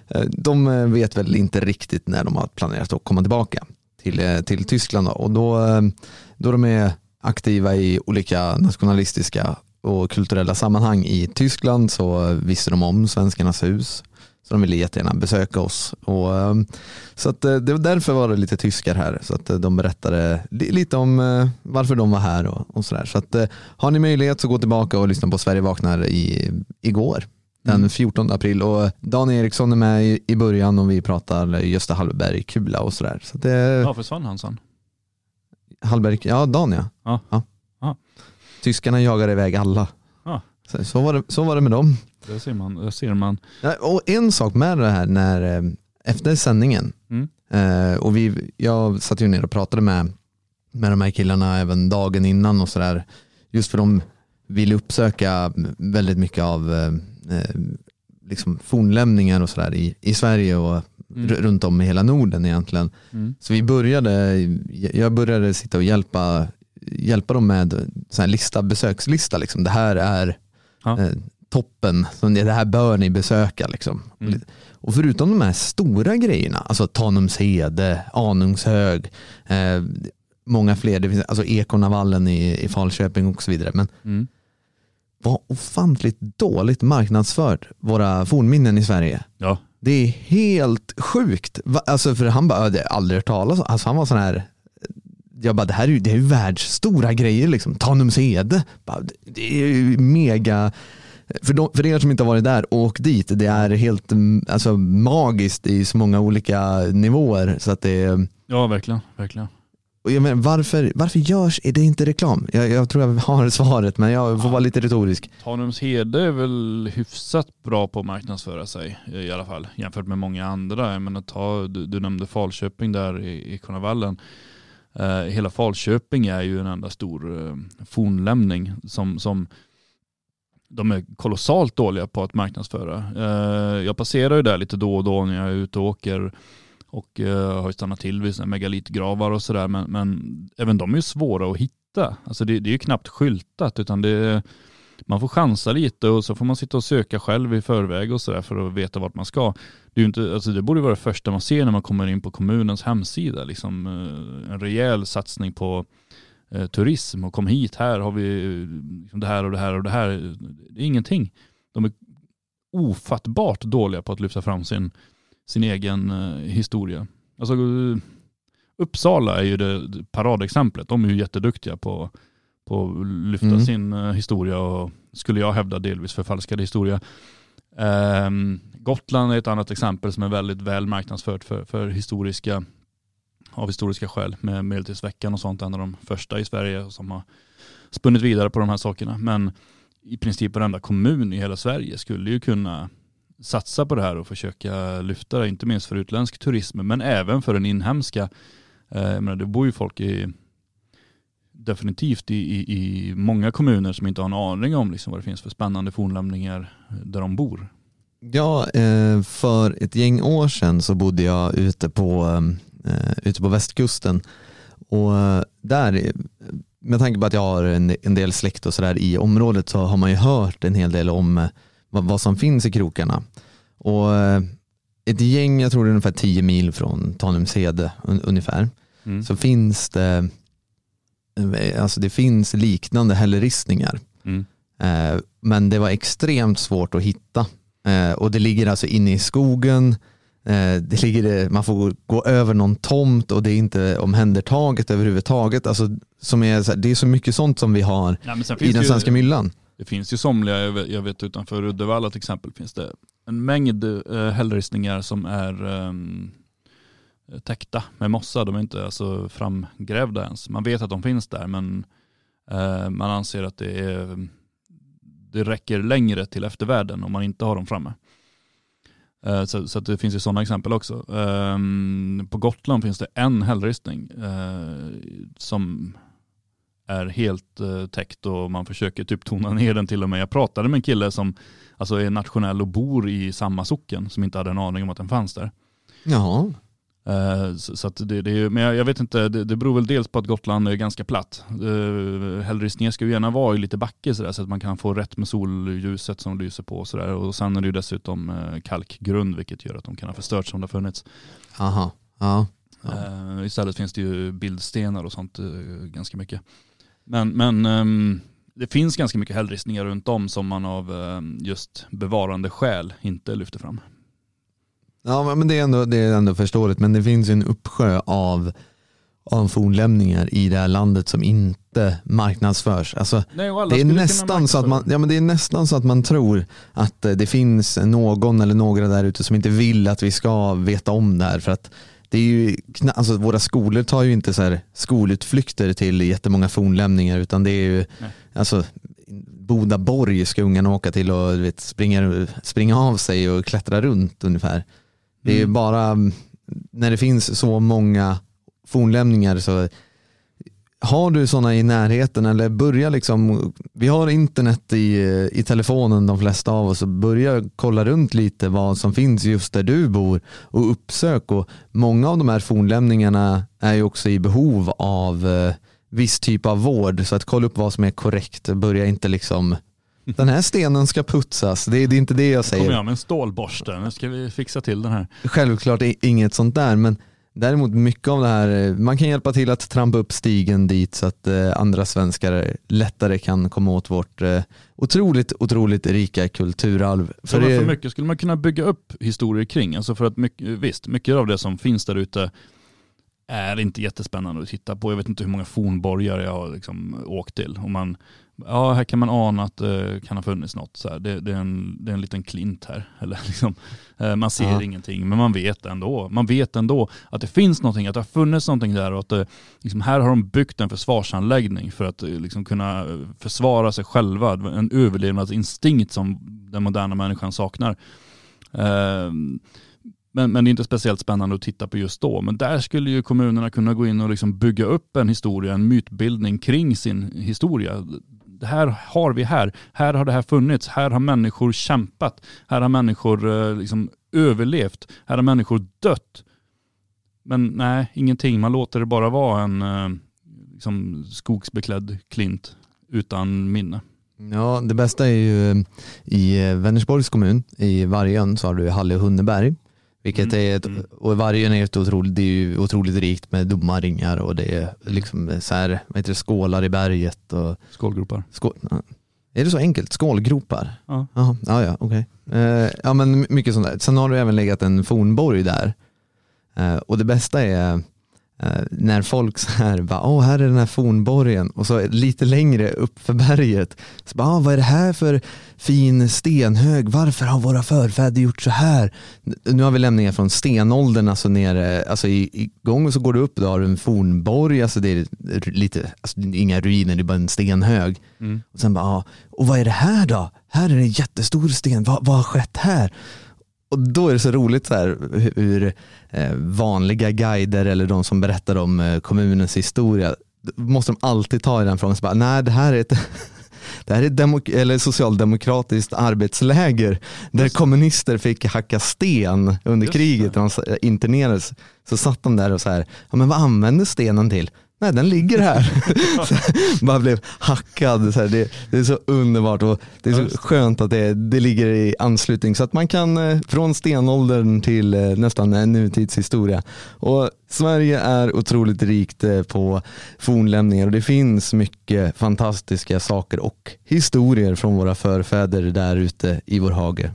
E: de vet väl inte riktigt när de har planerat att komma tillbaka till, till Tyskland. Och då, då de är aktiva i olika nationalistiska och kulturella sammanhang i Tyskland så visste de om Svenskarnas hus. Så de ville jättegärna besöka oss. Och, så att det var därför var det lite tyskar här. Så att de berättade lite om varför de var här och, och sådär. Så att har ni möjlighet så gå tillbaka och lyssna på Sverige vaknar i, igår. Den fjortonde april. Och Dan Eriksson är med i, i början och vi pratar Gösta Hallberg kula och sådär. Så det,
A: ja, försvann han sen?
E: Hallberg, ja Dan ja.
A: Ja.
E: ja.
A: ja.
E: Tyskarna jagar iväg alla.
A: Ja.
E: Så, så, var det, så var det med dem.
A: Det ser man. Det ser man.
E: Ja, och en sak med det här när efter sändningen
A: mm.
E: eh, och vi, jag satt ju ner och pratade med, med de här killarna även dagen innan och sådär. Just för de vill uppsöka väldigt mycket av eh, liksom fornlämningar och sådär i, i Sverige och mm. r- runt om i hela Norden egentligen. Mm. Så vi började, jag började sitta och hjälpa, hjälpa dem med så här lista, besökslista. Liksom. Det här är
A: ja.
E: eh, toppen, det här bör ni besöka. Liksom.
A: Mm.
E: Och förutom de här stora grejerna, alltså Tanumshede, Anungshög, eh, många fler, det finns, alltså Ekonavallen i, i Falköping och så vidare. Men
A: mm.
E: vad ofantligt dåligt marknadsfört våra fornminnen i Sverige.
A: Ja.
E: Det är helt sjukt. Alltså för han bara, det aldrig hört talas om. Alltså han var sån här, jag bara, det här är ju, det är ju världsstora grejer liksom. Tanumshede, det är ju mega, för, de, för er som inte har varit där, åk dit. Det är helt alltså, magiskt i så många olika nivåer. Så att det är,
A: ja, verkligen, verkligen.
E: Och jag menar, varför, varför görs är det inte reklam? Jag, jag tror jag har svaret, men jag får vara lite retorisk.
A: Tanumshede är väl hyfsat bra på att marknadsföra sig i alla fall, jämfört med många andra. Jag menar, ta, du, du nämnde Falköping där i, i Konavallen. Uh, hela Falköping är ju en enda stor uh, fornlämning som, som de är kolossalt dåliga på att marknadsföra. Uh, jag passerar ju där lite då och då när jag är ute och åker. Och uh, har ju stannat till vid megalitgravar och sådär. Men, men även de är ju svåra att hitta. Alltså det, det är ju knappt skyltat. Utan det, man får chansa lite och så får man sitta och söka själv i förväg och sådär för att veta vart man ska. Det, är ju inte, alltså det borde vara det första man ser när man kommer in på kommunens hemsida. Liksom, uh, en rejäl satsning på uh, turism. Och kom hit, här har vi uh, det här och det här och det här. Det är ingenting. De är ofattbart dåliga på att lyfta fram sin sin egen uh, historia. Alltså uh, Uppsala är ju det paradexemplet. De är ju jätteduktiga på, på att lyfta mm. sin uh, historia och skulle jag hävda delvis förfalskade historia. Um, Gotland är ett annat exempel som är väldigt väl marknadsfört för, för historiska av historiska skäl med Medeltidsveckan och sånt, en av de första i Sverige som har spunnit vidare på de här sakerna. Men i princip varenda kommun i hela Sverige skulle ju kunna satsa på det här och försöka lyfta det, inte minst för utländsk turism men även för den inhemska. Eh, men det bor ju folk i definitivt i, i, i många kommuner som inte har en aning om liksom vad det finns för spännande fornlämningar där de bor.
E: Ja, eh, för ett gäng år sedan så bodde jag ute på, eh, ute på västkusten och där, med tanke på att jag har en, en del släkt och sådär i området, så har man ju hört en hel del om vad, vad som finns i krokarna. Och eh, ett gäng, jag tror det är ungefär tio mil från Tanumshede un, ungefär, mm. så finns det alltså det finns liknande hällristningar. Mm. Eh, men det var extremt svårt att hitta. Eh, och det ligger alltså inne i skogen. Eh, det ligger, man får gå över någon tomt och det är inte omhändertaget överhuvudtaget. Alltså, som är, så här, det är så mycket sånt som vi har ja, i den svenska ju, myllan.
A: Det finns ju somliga, jag vet, jag vet utanför Uddevalla till exempel finns det en mängd eh, hällristningar som är eh, täckta med mossa. De är inte alltså framgrävda ens. Man vet att de finns där, men eh, man anser att det, är, det räcker längre till eftervärlden om man inte har dem framme. Eh, så, så att det finns ju sådana exempel också. Eh, på Gotland finns det en hällristning eh, som är helt eh, täckt och man försöker typ tona ner den till och med. Jag pratade med en kille som alltså är nationell och bor i samma socken som inte hade en aning om att den fanns där.
E: Jaha.
A: Uh, så, så att det, det är, men jag, jag vet inte, det, det beror väl dels på att Gotland är ganska platt. Uh, hällristningen ska ju gärna vara i lite backe sådär, så att man kan få rätt med solljuset som lyser på sådär. Och sen är det ju dessutom uh, kalkgrund, vilket gör att de kan ha förstörts om det har funnits.
E: Aha. Ja. Ja.
A: Uh, istället finns det ju bildstenar och sånt uh, ganska mycket. Men, men um, det finns ganska mycket hällristningar runt om som man av um, just bevarande skäl inte lyfter fram.
E: Ja, men det är ändå, det är ändå förståeligt, men det finns en uppsjö av, av fornlämningar i det här landet som inte marknadsförs. Alltså,
A: Nej,
E: det är nästan så att man, ja, men det är nästan så att man tror att det finns någon eller några där ute som inte vill att vi ska veta om det här, för att det är ju, alltså, våra skolor tar ju inte så här skolutflykter till jättemånga fornlämningar, utan det är ju Nej. alltså Bodaborg ska ungarna åka till och vet, springa, springa av sig och klättra runt ungefär. Det är ju mm. bara när det finns så många fornlämningar, så har du sådana i närheten, eller börja liksom, vi har internet i, i telefonen de flesta av oss, och börja kolla runt lite vad som finns just där du bor och uppsök. Och många av de här fornlämningarna är ju också i behov av eh, viss typ av vård, så att kolla upp vad som är korrekt. Börja inte liksom den här stenen ska putsas. Det är, det är inte det jag säger.
A: Kommer jag med en stålborste. Nu ska vi fixa till den här.
E: Självklart inget sånt där, men däremot mycket av det här, man kan hjälpa till att trampa upp stigen dit så att eh, andra svenskar lättare kan komma åt vårt eh, otroligt, otroligt rika kulturarv.
A: För, det, för mycket skulle man kunna bygga upp historier kring. Alltså för att mycket, visst, mycket av det som finns där ute är inte jättespännande att titta på. Jag vet inte hur många fornborgar jag har liksom åkt till. Och man, ja, här kan man ana att det kan ha funnits något. Så här. Det, det, är en, det är en liten klint här. Eller liksom, man ser ja. ingenting, men man vet ändå. Man vet ändå att det finns någonting, att det har funnits någonting där. Och att det, liksom, här har de byggt en försvarsanläggning för att liksom, kunna försvara sig själva. En överlevnadsinstinkt som den moderna människan saknar. Uh, Men, men det är inte speciellt spännande att titta på just då. Men där skulle ju kommunerna kunna gå in och liksom bygga upp en historia, en mytbildning kring sin historia. Det här har vi här. Här har det här funnits. Här har människor kämpat. Här har människor liksom överlevt. Här har människor dött. Men nej, ingenting. Man låter det bara vara en liksom, skogsbeklädd klint utan minne.
E: Ja, det bästa är ju i Vänersborgs kommun, i Vargön, så har du Halle och Hunneberg. Vilket är ett, och Vargön är ett otroligt, det är ju otroligt rikt med domarringar och det är liksom så här, vad heter det, skålar i berget och
A: skålgropar.
E: Skål, är det så enkelt? Skålgropar?
A: Ja.
E: Aha, ja, ja, okej. Okay. Eh, ja, men mycket sånt där. Sen har du även legat en fornborg där. Eh, och det bästa är eh, när folk så här bara, åh, här är den här fornborgen, och så lite längre upp för berget så bara, vad är det här för fin stenhög, varför har våra förfäder gjort så här? Nu har vi lämningar från stenåldern, alltså ner, alltså i, i gång, och så går du upp, då har du en fornborg, alltså det är lite, alltså inga ruiner, det är bara en stenhög. Mm. Och sen bara, ah, och vad är det här då? Här är det en jättestor sten, vad, vad har skett här? Och då är det så roligt så här, hur eh, vanliga guider eller de som berättar om eh, kommunens historia, måste de alltid ta i den frågan. Så bara, nej, det här är ett det här är ett demok- eller socialdemokratiskt arbetsläger där kommunister fick hacka sten under Just kriget när de internerades. Så satt de där och så här, ja, men vad använde stenen till? Nej, den ligger här. Bara blev hackad. Så här, det, det är så underbart och det är så skönt att det, det ligger i anslutning så att man kan eh, från stenåldern till eh, nästan en nutidshistoria. Och Sverige är otroligt rikt eh, på fornlämningar och det finns mycket fantastiska saker och historier från våra förfäder där ute i vår hage.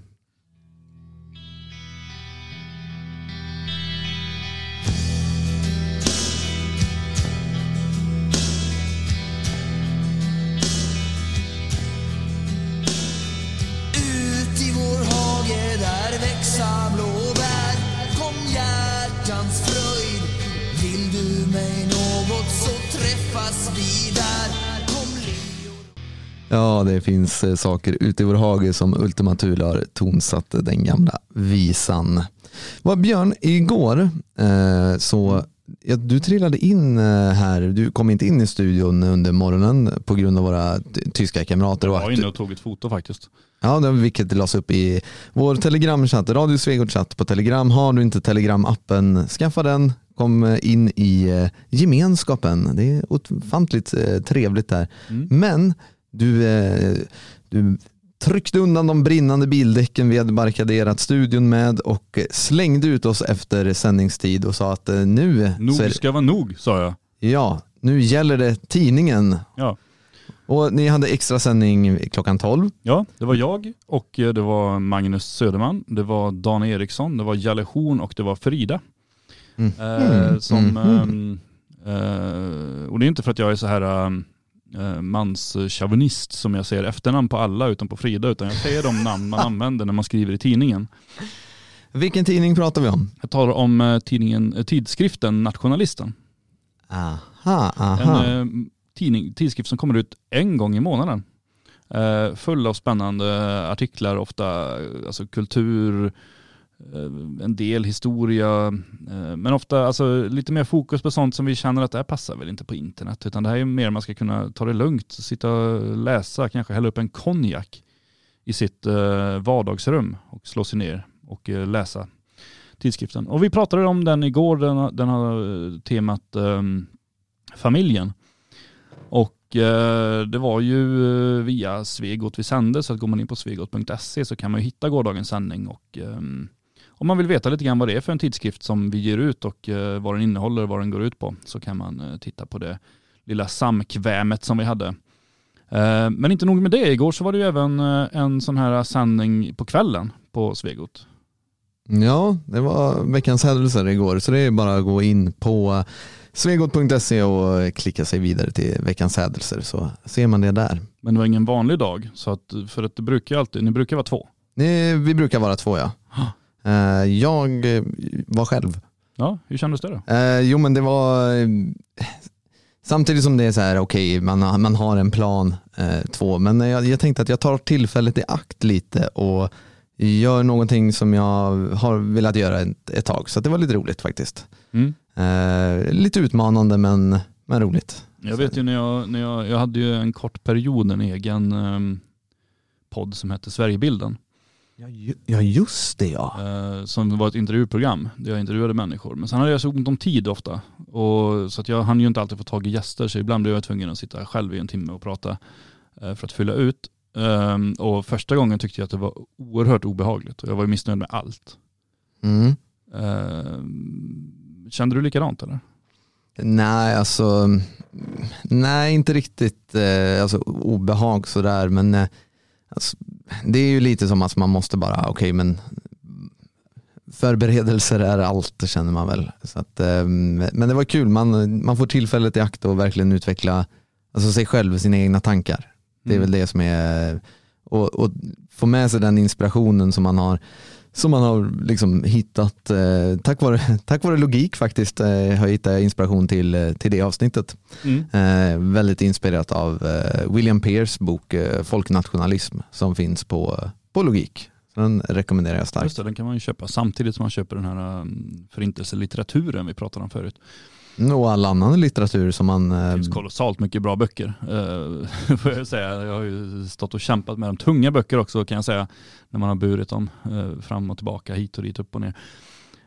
E: Ja, det finns eh, saker ute i vår hage som Ultima Thule har tonsatt den gamla visan. Vad Björn, igår eh, så ja, du trillade in eh, här, du kom inte in i studion under morgonen på grund av våra t- tyska kamrater.
A: Jag var inne och tog ett foto faktiskt.
E: Ja, det, vilket lades upp i vår telegramchatt, Radio Svegot-chatt på Telegram. Har du inte Telegram-appen, skaffa den. Kom in i eh, gemenskapen. Det är ofantligt eh, trevligt där. Mm. Men du, eh, du tryckte undan de brinnande bildäcken vi hade barrikaderat studion med och slängde ut oss efter sändningstid och sa att eh, nu...
A: Nog
E: så är,
A: ska vara nog, sa jag.
E: Ja, nu gäller det tidningen.
A: Ja.
E: Och ni hade extra sändning klockan tolv.
A: Ja, det var jag och det var Magnus Söderman, det var Dan Eriksson, det var Jalle Horn och det var Frida. Mm. Eh, som, mm. eh, och det är inte för att jag är så här eh, manschauvinist som jag säger efternamn på alla utan på Frida, utan jag säger de namn man använder när man skriver i tidningen.
E: Vilken tidning pratar vi om?
A: Jag talar om eh, tidningen, eh, tidskriften Nationalisten.
E: Aha, aha.
A: En eh, tidning, tidskrift som kommer ut en gång i månaden. Eh, full av spännande artiklar, ofta alltså kultur, en del historia, men ofta alltså, lite mer fokus på sånt som vi känner att det här passar väl inte på internet, utan det här är mer man ska kunna ta det lugnt, sitta och läsa, kanske hälla upp en konjak i sitt eh, vardagsrum och slå sig ner och eh, läsa tidskriften. Och vi pratade om den igår, den, den har temat eh, familjen. Och eh, det var ju eh, via Svegot vi sände, så att går man in på svegot punkt se så kan man ju hitta gårdagens sändning och eh, om man vill veta lite grann vad det är för en tidskrift som vi ger ut och eh, vad den innehåller, vad den går ut på, så kan man eh, titta på det lilla samkvämet som vi hade. Eh, men inte nog med det, igår så var det ju även eh, en sån här sändning på kvällen på Svegot.
E: Ja, det var veckans händelser igår, så det är bara att gå in på svegot punkt se och klicka sig vidare till veckans händelser så ser man det där.
A: Men det var ingen vanlig dag, så att, för att det brukar alltid, ni brukar vara två.
E: Nej, vi brukar vara två, ja. Jag var själv.
A: Ja, hur kändes det då?
E: Eh, jo, men det var samtidigt som det är så här, okej, okay, man, man har en plan eh, två, men jag, jag tänkte att jag tar tillfället i akt lite och gör någonting som jag har velat göra ett, ett tag, så det var lite roligt faktiskt. Mm. Eh, lite utmanande men, men roligt.
A: Jag vet ju när jag, när jag, jag hade ju en kort period en egen um, podd som hette Sverigebilden.
E: Ja, ju, ja just det ja.
A: Eh, som var ett intervjuprogram där jag intervjuade människor. Men sen hade jag så ont om tid ofta. Och, så att jag hann ju inte alltid få tag i gäster, så ibland blev jag tvungen att sitta själv i en timme och prata eh, för att fylla ut. Um, och första gången tyckte jag att det var oerhört obehagligt och jag var ju missnöjd med allt.
E: Mm.
A: Uh, kände du likadant eller?
E: Nej, alltså nej, inte riktigt eh, alltså, obehag sådär, men eh, alltså, det är ju lite som att man måste bara, okej, okay, men förberedelser är allt, känner man väl. Så att, eh, men det var kul, man, man får tillfället i akt och verkligen utveckla alltså, sig själv, sina egna tankar. Det är väl det som är, och, och få med sig den inspirationen som man har som man har liksom hittat eh, tack, vare, tack vare logik faktiskt eh, har jag hittat inspiration till, till det avsnittet. Mm. Eh, väldigt inspirerat av eh, William Peers bok eh, Folknationalism som finns på, på logik. Så den rekommenderar jag starkt.
A: Just det, den kan man ju köpa samtidigt som man köper den här um, förintelselitteraturen vi pratade om förut.
E: Och all annan litteratur som man...
A: Det finns kolossalt mycket bra böcker. Uh, får jag säga. Jag har ju stått och kämpat med de tunga böcker också, kan jag säga. När man har burit dem uh, fram och tillbaka, hit och dit, upp och ner.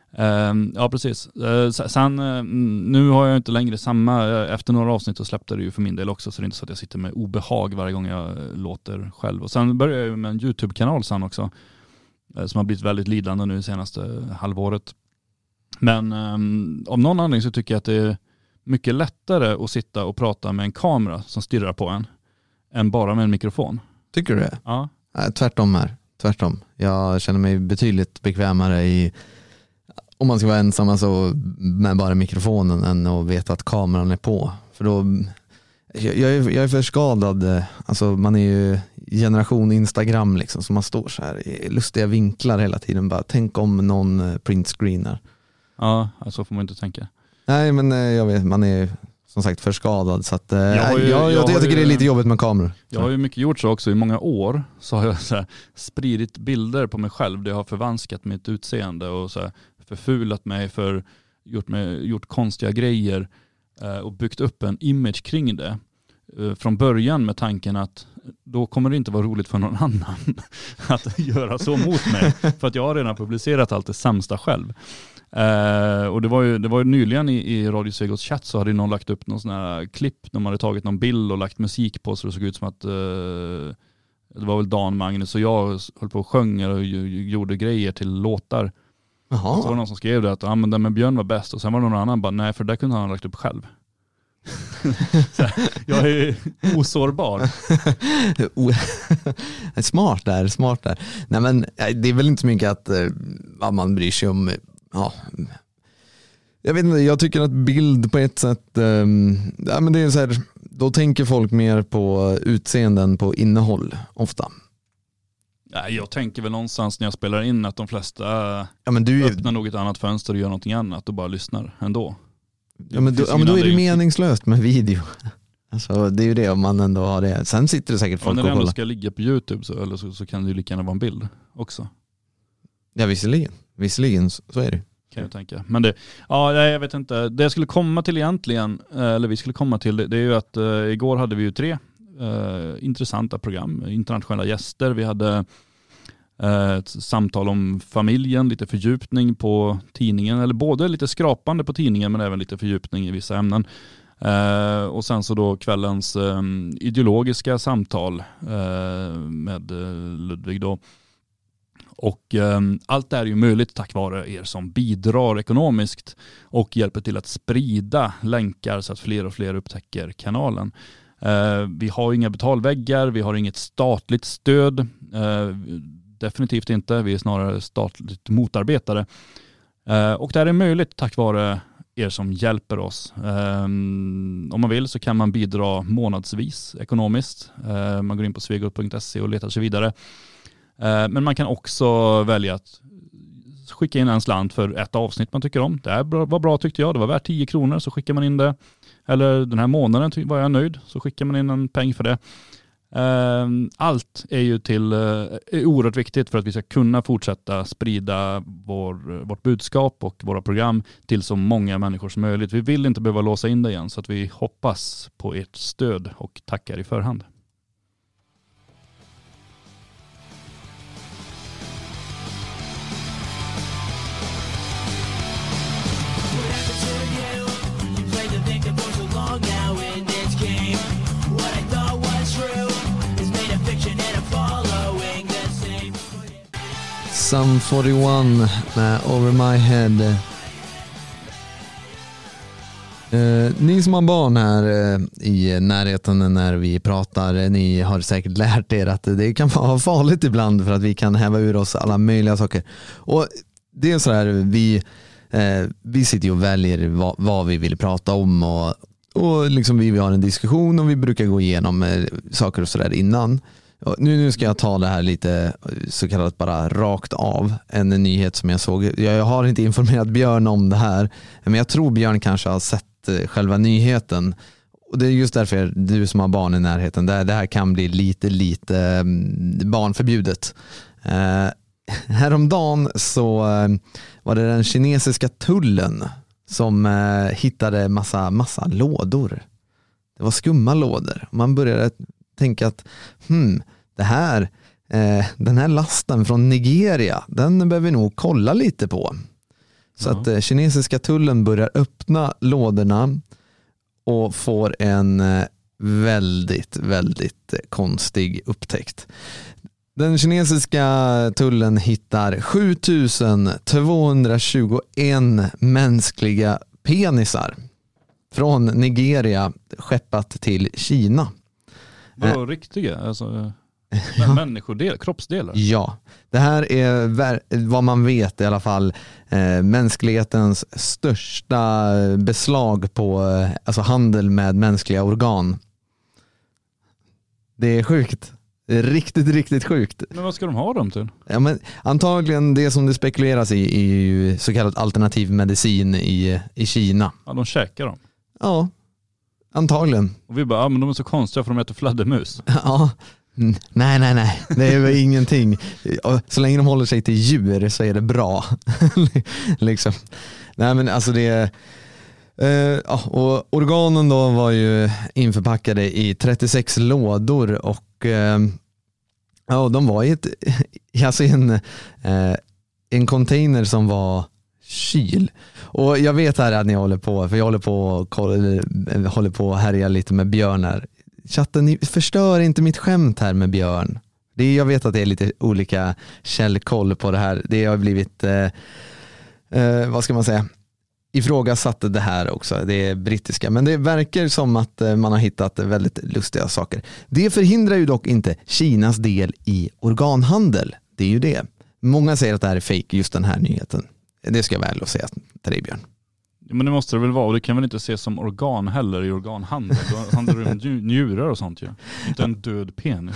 A: Uh, ja, precis. Uh, sen, uh, nu har jag inte längre samma, uh, efter några avsnitt så släppte det ju för min del också, så det är inte så att jag sitter med obehag varje gång jag uh, låter själv. Och sen började jag med en YouTube-kanal sen också, uh, som har blivit väldigt lidande nu senaste halvåret. Men um, av någon anledning så tycker jag att det är mycket lättare att sitta och prata med en kamera som stirrar på en än bara med en mikrofon.
E: Tycker du det?
A: Ja.
E: Äh, tvärtom här. Tvärtom. Jag känner mig betydligt bekvämare i, om man ska vara ensam alltså, med bara mikrofonen än att veta att kameran är på. För då, jag, jag, är, jag är för skadad. Alltså man är ju generation Instagram liksom, så man står så här i lustiga vinklar hela tiden. Bara tänk om någon printscreenar.
A: Ja, så får man inte tänka.
E: Nej, men jag vet, man är som sagt för skadad, så att, jag,
A: jag, ju,
E: jag, jag, jag tycker ju, det är lite jobbigt med kameror.
A: Jag har ju mycket gjort så också. I många år så har jag så här, spridit bilder på mig själv. Det har förvanskat mitt utseende och så här, förfulat mig, för gjort, mig, gjort konstiga grejer eh, och byggt upp en image kring det. Eh, från början med tanken att då kommer det inte vara roligt för någon annan att göra så mot mig. För att jag har redan publicerat allt det sämsta själv. Uh, och det var ju, det var ju nyligen i, i Radio Svegots chatt så hade någon lagt upp någon sån här klipp när man hade tagit någon bild och lagt musik på, så det såg ut som att uh, det var väl Dan Magnus och jag höll på och sjöng och gjorde grejer till låtar.
E: Jaha.
A: Så var det någon som skrev det att ah, men den med Björn var bäst, och sen var det någon annan bara nej, för det kunde han ha lagt upp själv. Så jag är osårbar.
E: Smart där, smart där. Nej, men det är väl inte så mycket att ja, man bryr sig om. Ja. Jag vet inte, jag tycker att bild på ett sätt um, ja, men det är så här, då tänker folk mer på utseenden på innehåll ofta.
A: Ja, jag tänker väl någonstans när jag spelar in att de flesta
E: ja, men du
A: öppnar något annat fönster och gör någonting annat och bara lyssnar ändå.
E: Ja, men, då, ja, men då är det meningslöst med video. Alltså, det är ju det om man ändå har det. Sen sitter det säkert folk
A: ja,
E: och kollar.
A: När det ändå ska ligga på YouTube så, eller så, så kan det ju lika gärna vara en bild också.
E: Ja, visserligen. Visserligen så är det.
A: Kan jag tänka. Men det, ja, jag vet inte. Det jag skulle komma till egentligen, eller vi skulle komma till, det, det är ju att uh, igår hade vi ju tre uh, intressanta program. Internationella gäster. Vi hade uh, ett samtal om familjen, lite fördjupning på tidningen, eller både lite skrapande på tidningen men även lite fördjupning i vissa ämnen. Uh, och sen så då kvällens um, ideologiska samtal uh, med uh, Ludvig då. Och eh, allt det är ju möjligt tack vare er som bidrar ekonomiskt och hjälper till att sprida länkar så att fler och fler upptäcker kanalen. Eh, vi har inga betalväggar, vi har inget statligt stöd, eh, definitivt inte, vi är snarare statligt motarbetare. Eh, och det här är möjligt tack vare er som hjälper oss. Eh, om man vill så kan man bidra månadsvis ekonomiskt. Eh, man går in på svegot punkt se och letar sig vidare. Men man kan också välja att skicka in en slant för ett avsnitt man tycker om. Det här var bra tyckte jag, det var värt tio kronor, så skickar man in det. Eller den här månaden var jag nöjd, så skickar man in en peng för det. Allt är ju till, är oerhört viktigt för att vi ska kunna fortsätta sprida vår, vårt budskap och våra program till så många människor som möjligt. Vi vill inte behöva låsa in det igen, så att vi hoppas på ert stöd och tackar i förhand.
E: Sum fyrtioett med Over My Head. Eh, ni som har barn här eh, i närheten när vi pratar, ni har säkert lärt er att det kan vara farligt ibland för att vi kan häva ur oss alla möjliga saker. Och det är så här, vi, eh, vi sitter och väljer vad, vad vi vill prata om och, och liksom vi, vi har en diskussion och vi brukar gå igenom eh, saker och sådär innan. Nu, nu ska jag ta det här lite så kallat bara rakt av. En nyhet som jag såg. Jag har inte informerat Björn om det här, men jag tror Björn kanske har sett själva nyheten. Och det är just därför du som har barn i närheten, det, det här kan bli lite, lite barnförbjudet. Eh, häromdagen så eh, var det den kinesiska tullen som eh, hittade massa, massa lådor. Det var skumma lådor. Man började tänka att hmm, det här, eh, den här lasten från Nigeria, den behöver vi nog kolla lite på. Så
A: Ja.
E: att eh, kinesiska tullen börjar öppna lådorna och får en eh, väldigt, väldigt eh, konstig upptäckt. Den kinesiska tullen hittar sju tusen tvåhundratjugoett mänskliga penisar från Nigeria skeppat till Kina.
A: Vadå riktiga? Alltså, ja. Människodel, kroppsdelar?
E: Ja, det här är ver- vad man vet i alla fall eh, mänsklighetens största beslag på eh, alltså handel med mänskliga organ. Det är sjukt. Det är riktigt, riktigt sjukt.
A: Men vad ska de ha dem till?
E: Ja, men antagligen det som det spekuleras i är ju så kallad alternativ medicin i, i Kina.
A: Ja, de käkar dem.
E: Ja, antagligen.
A: Och vi bara, ja men de är så konstiga för de äter fladdermus.
E: Ja, mm, nej, nej, nej. Det är väl ingenting. Så länge de håller sig till djur så är det bra. liksom. Nej, men alltså det är... Uh, ja, och organen då var ju införpackade i trettiosex lådor och uh, ja, de var i ett, alltså en, uh, en container som var kyl. Och jag vet här att ni håller på, för jag håller på håller på att härja lite med Björn här. Chatten, ni förstör inte mitt skämt här med Björn. Det är, jag vet att det är lite olika källkoll på det här. Det har blivit, uh, uh, vad ska man säga, ifrågasatte det här också, det är brittiska, men det verkar som att man har hittat väldigt lustiga saker. Det förhindrar ju dock inte Kinas del i organhandel, det är ju det. Många säger att det här är fake, just den här nyheten. Det ska jag väl säga till dig, Björn.
A: Men det måste det väl vara, och det kan väl inte ses som organ heller i organhandel. Då handlar det om njurar och sånt ju. Inte en död penis.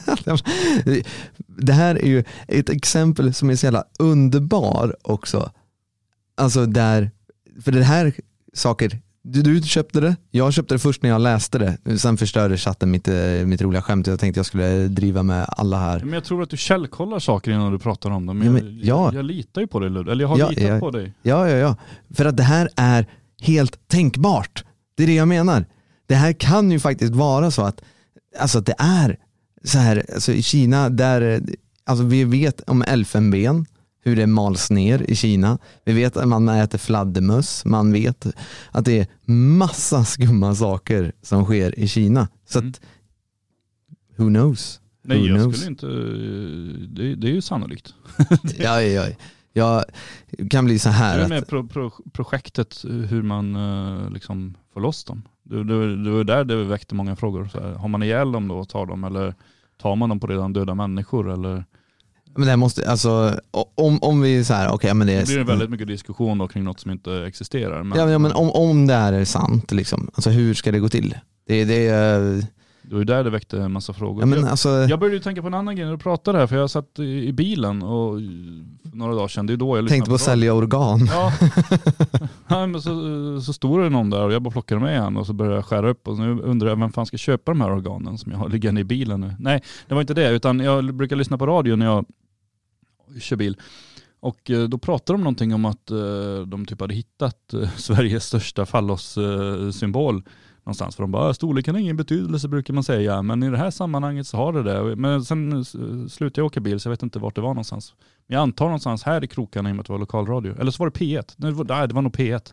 E: Det här är ju ett exempel som är så jävla underbar också. Alltså där, för det här saker, du, du köpte det, jag köpte det först när jag läste det, sen förstörde chatten mitt, mitt roliga skämt. Jag tänkte jag skulle driva med alla här.
A: Men jag tror att du källkollar saker innan du pratar om dem.
E: Ja,
A: jag,
E: men, ja.
A: jag, jag litar ju på dig, Lud. Eller jag har
E: ja,
A: litat
E: ja,
A: på dig.
E: Ja, ja, ja. För att det här är helt tänkbart. Det är det jag menar. Det här kan ju faktiskt vara så att alltså det är så här, alltså i Kina där, alltså vi vet om elfenben, hur det mals ner i Kina. Vi vet att man äter fladdermöss. Man vet att det är massa skumma saker som sker i Kina. Så
A: Mm.
E: att, who knows?
A: Nej,
E: who
A: jag
E: knows?
A: skulle inte, det, det är ju sannolikt.
E: Ja, ja, ja. Jag kan bli så här.
A: Det är
E: att,
A: med pro, pro, projektet hur man uh, liksom får loss dem. Det, det, det var där det väckte många frågor. Så här, har man ihjäl dem då och tar dem, eller tar man dem på redan döda människor, eller?
E: Men det måste, alltså, om, om vi så här, okej, okay, men det är...
A: Det blir väldigt mycket diskussion då kring något som inte existerar. Men,
E: ja, ja, men om, om det här är sant, liksom, alltså hur ska det gå till? Det, det är...
A: Det var ju där det väckte en massa frågor.
E: Ja, men
A: jag,
E: alltså...
A: jag började ju tänka på en annan grej när du pratade här, för jag satt i, i bilen och några dagar sedan, det är då jag
E: tänkte på att sälja organ.
A: Ja, ja men så, så stod det någon där och jag bara plockade med en och så började jag skära upp, och så nu undrar jag vem fan ska köpa de här organen som jag har liggande i bilen nu. Nej, det var inte det, utan jag brukar lyssna på radio när jag kör bil. Och då pratade de någonting om att de typ hade hittat Sveriges största fallos-symbol någonstans. För de bara, storleken har ingen betydelse brukar man säga, men i det här sammanhanget så har det det. Men sen slutade jag åka bil så jag vet inte vart det var någonstans. Men jag antar någonstans här i krokarna i och med att det var lokalradio. Eller så var det P ett. Nej, det var nog P ett.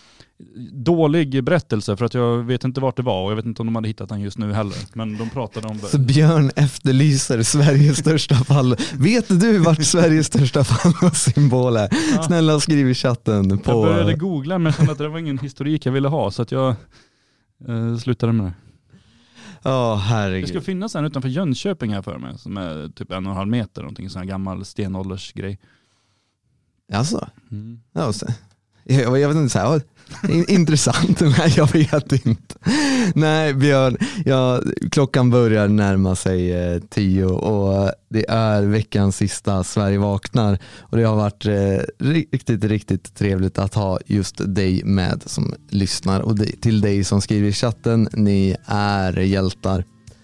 A: Dålig berättelse för att jag vet inte vart det var och jag vet inte om de hade hittat den just nu heller. Men de pratade om...
E: Så Björn efterlyser Sveriges största fall. Vet du vart Sveriges största fall-symbol är? Ja. Snälla skriv i chatten. På...
A: Jag började googla men kände att det var ingen historik jag ville ha, så att jag eh, slutade med det.
E: Ja, oh, herregud.
A: Det ska finnas en utanför Jönköping här för mig som är typ en och en halv meter, någonting sån här gammal stenåldersgrej.
E: Alltså?
A: Mm.
E: Ja, så. Jag, jag vet inte, så här, intressant, nej jag vet inte. Nej Björn, ja, klockan börjar närma sig eh, tio och det är veckans sista Sverige vaknar och det har varit eh, riktigt, riktigt trevligt att ha just dig med som lyssnar, och det, till dig som skriver i chatten, ni är hjältar.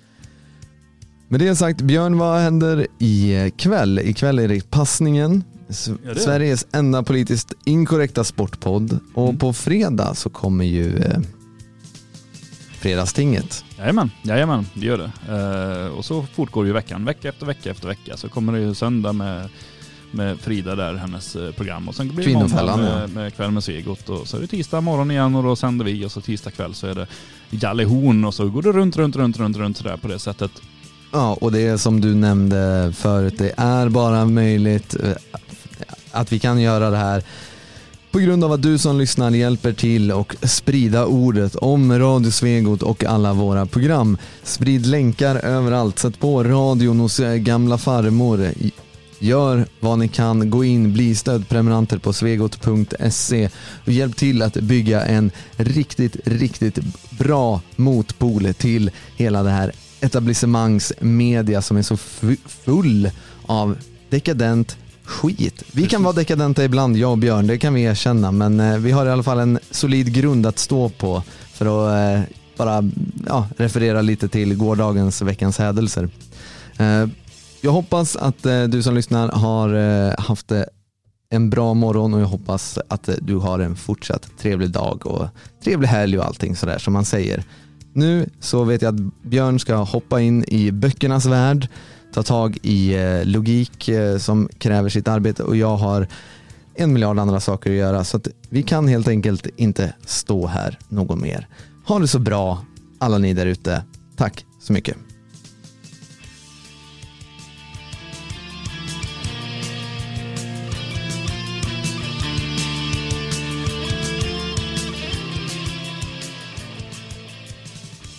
E: Med det sagt, Björn, vad händer ikväll? Ikväll är det passningen. Ja, Sveriges enda politiskt inkorrekta sportpodd. Och mm. på fredag så kommer ju eh, fredagstinget.
A: Jajamän, jajamän, det gör det. Eh, och så fortgår ju veckan, vecka efter vecka efter vecka. Så kommer det ju söndag med med Frida där, hennes program. Och sen blir det
E: Kvinnofällan,
A: måndag med,
E: ja.
A: med Kväll med Svegot. Och så är det tisdag morgon igen och då sänder vi. Och så tisdag kväll så är det Jallehorn. Och så går det runt, runt, runt, runt, runt sådär på det sättet.
E: Ja, och det är som du nämnde förut, det är bara möjligt att vi kan göra det här på grund av att du som lyssnar hjälper till och sprida ordet om Radio Svegot och alla våra program. Sprid länkar överallt, sätt på radion hos gamla farmor. Gör vad ni kan, gå in, bli stödprenumeranter på svegot punkt se och hjälp till att bygga en riktigt, riktigt bra motpol till hela det här etablissemangsmedia som är så full av dekadent skit. Vi kan vara dekadenta ibland, jag och Björn, det kan vi erkänna, men eh, vi har i alla fall en solid grund att stå på för att eh, bara ja, referera lite till gårdagens veckans hädelser. Eh, jag hoppas att eh, du som lyssnar har eh, haft eh, en bra morgon och jag hoppas att eh, du har en fortsatt trevlig dag och trevlig helg och allting sådär som man säger. Nu så vet jag att Björn ska hoppa in i böckernas värld, ta tag i eh, logik eh, som kräver sitt arbete och jag har en miljard andra saker att göra så att vi kan helt enkelt inte stå här någon mer. Ha det så bra alla ni där ute. Tack så mycket.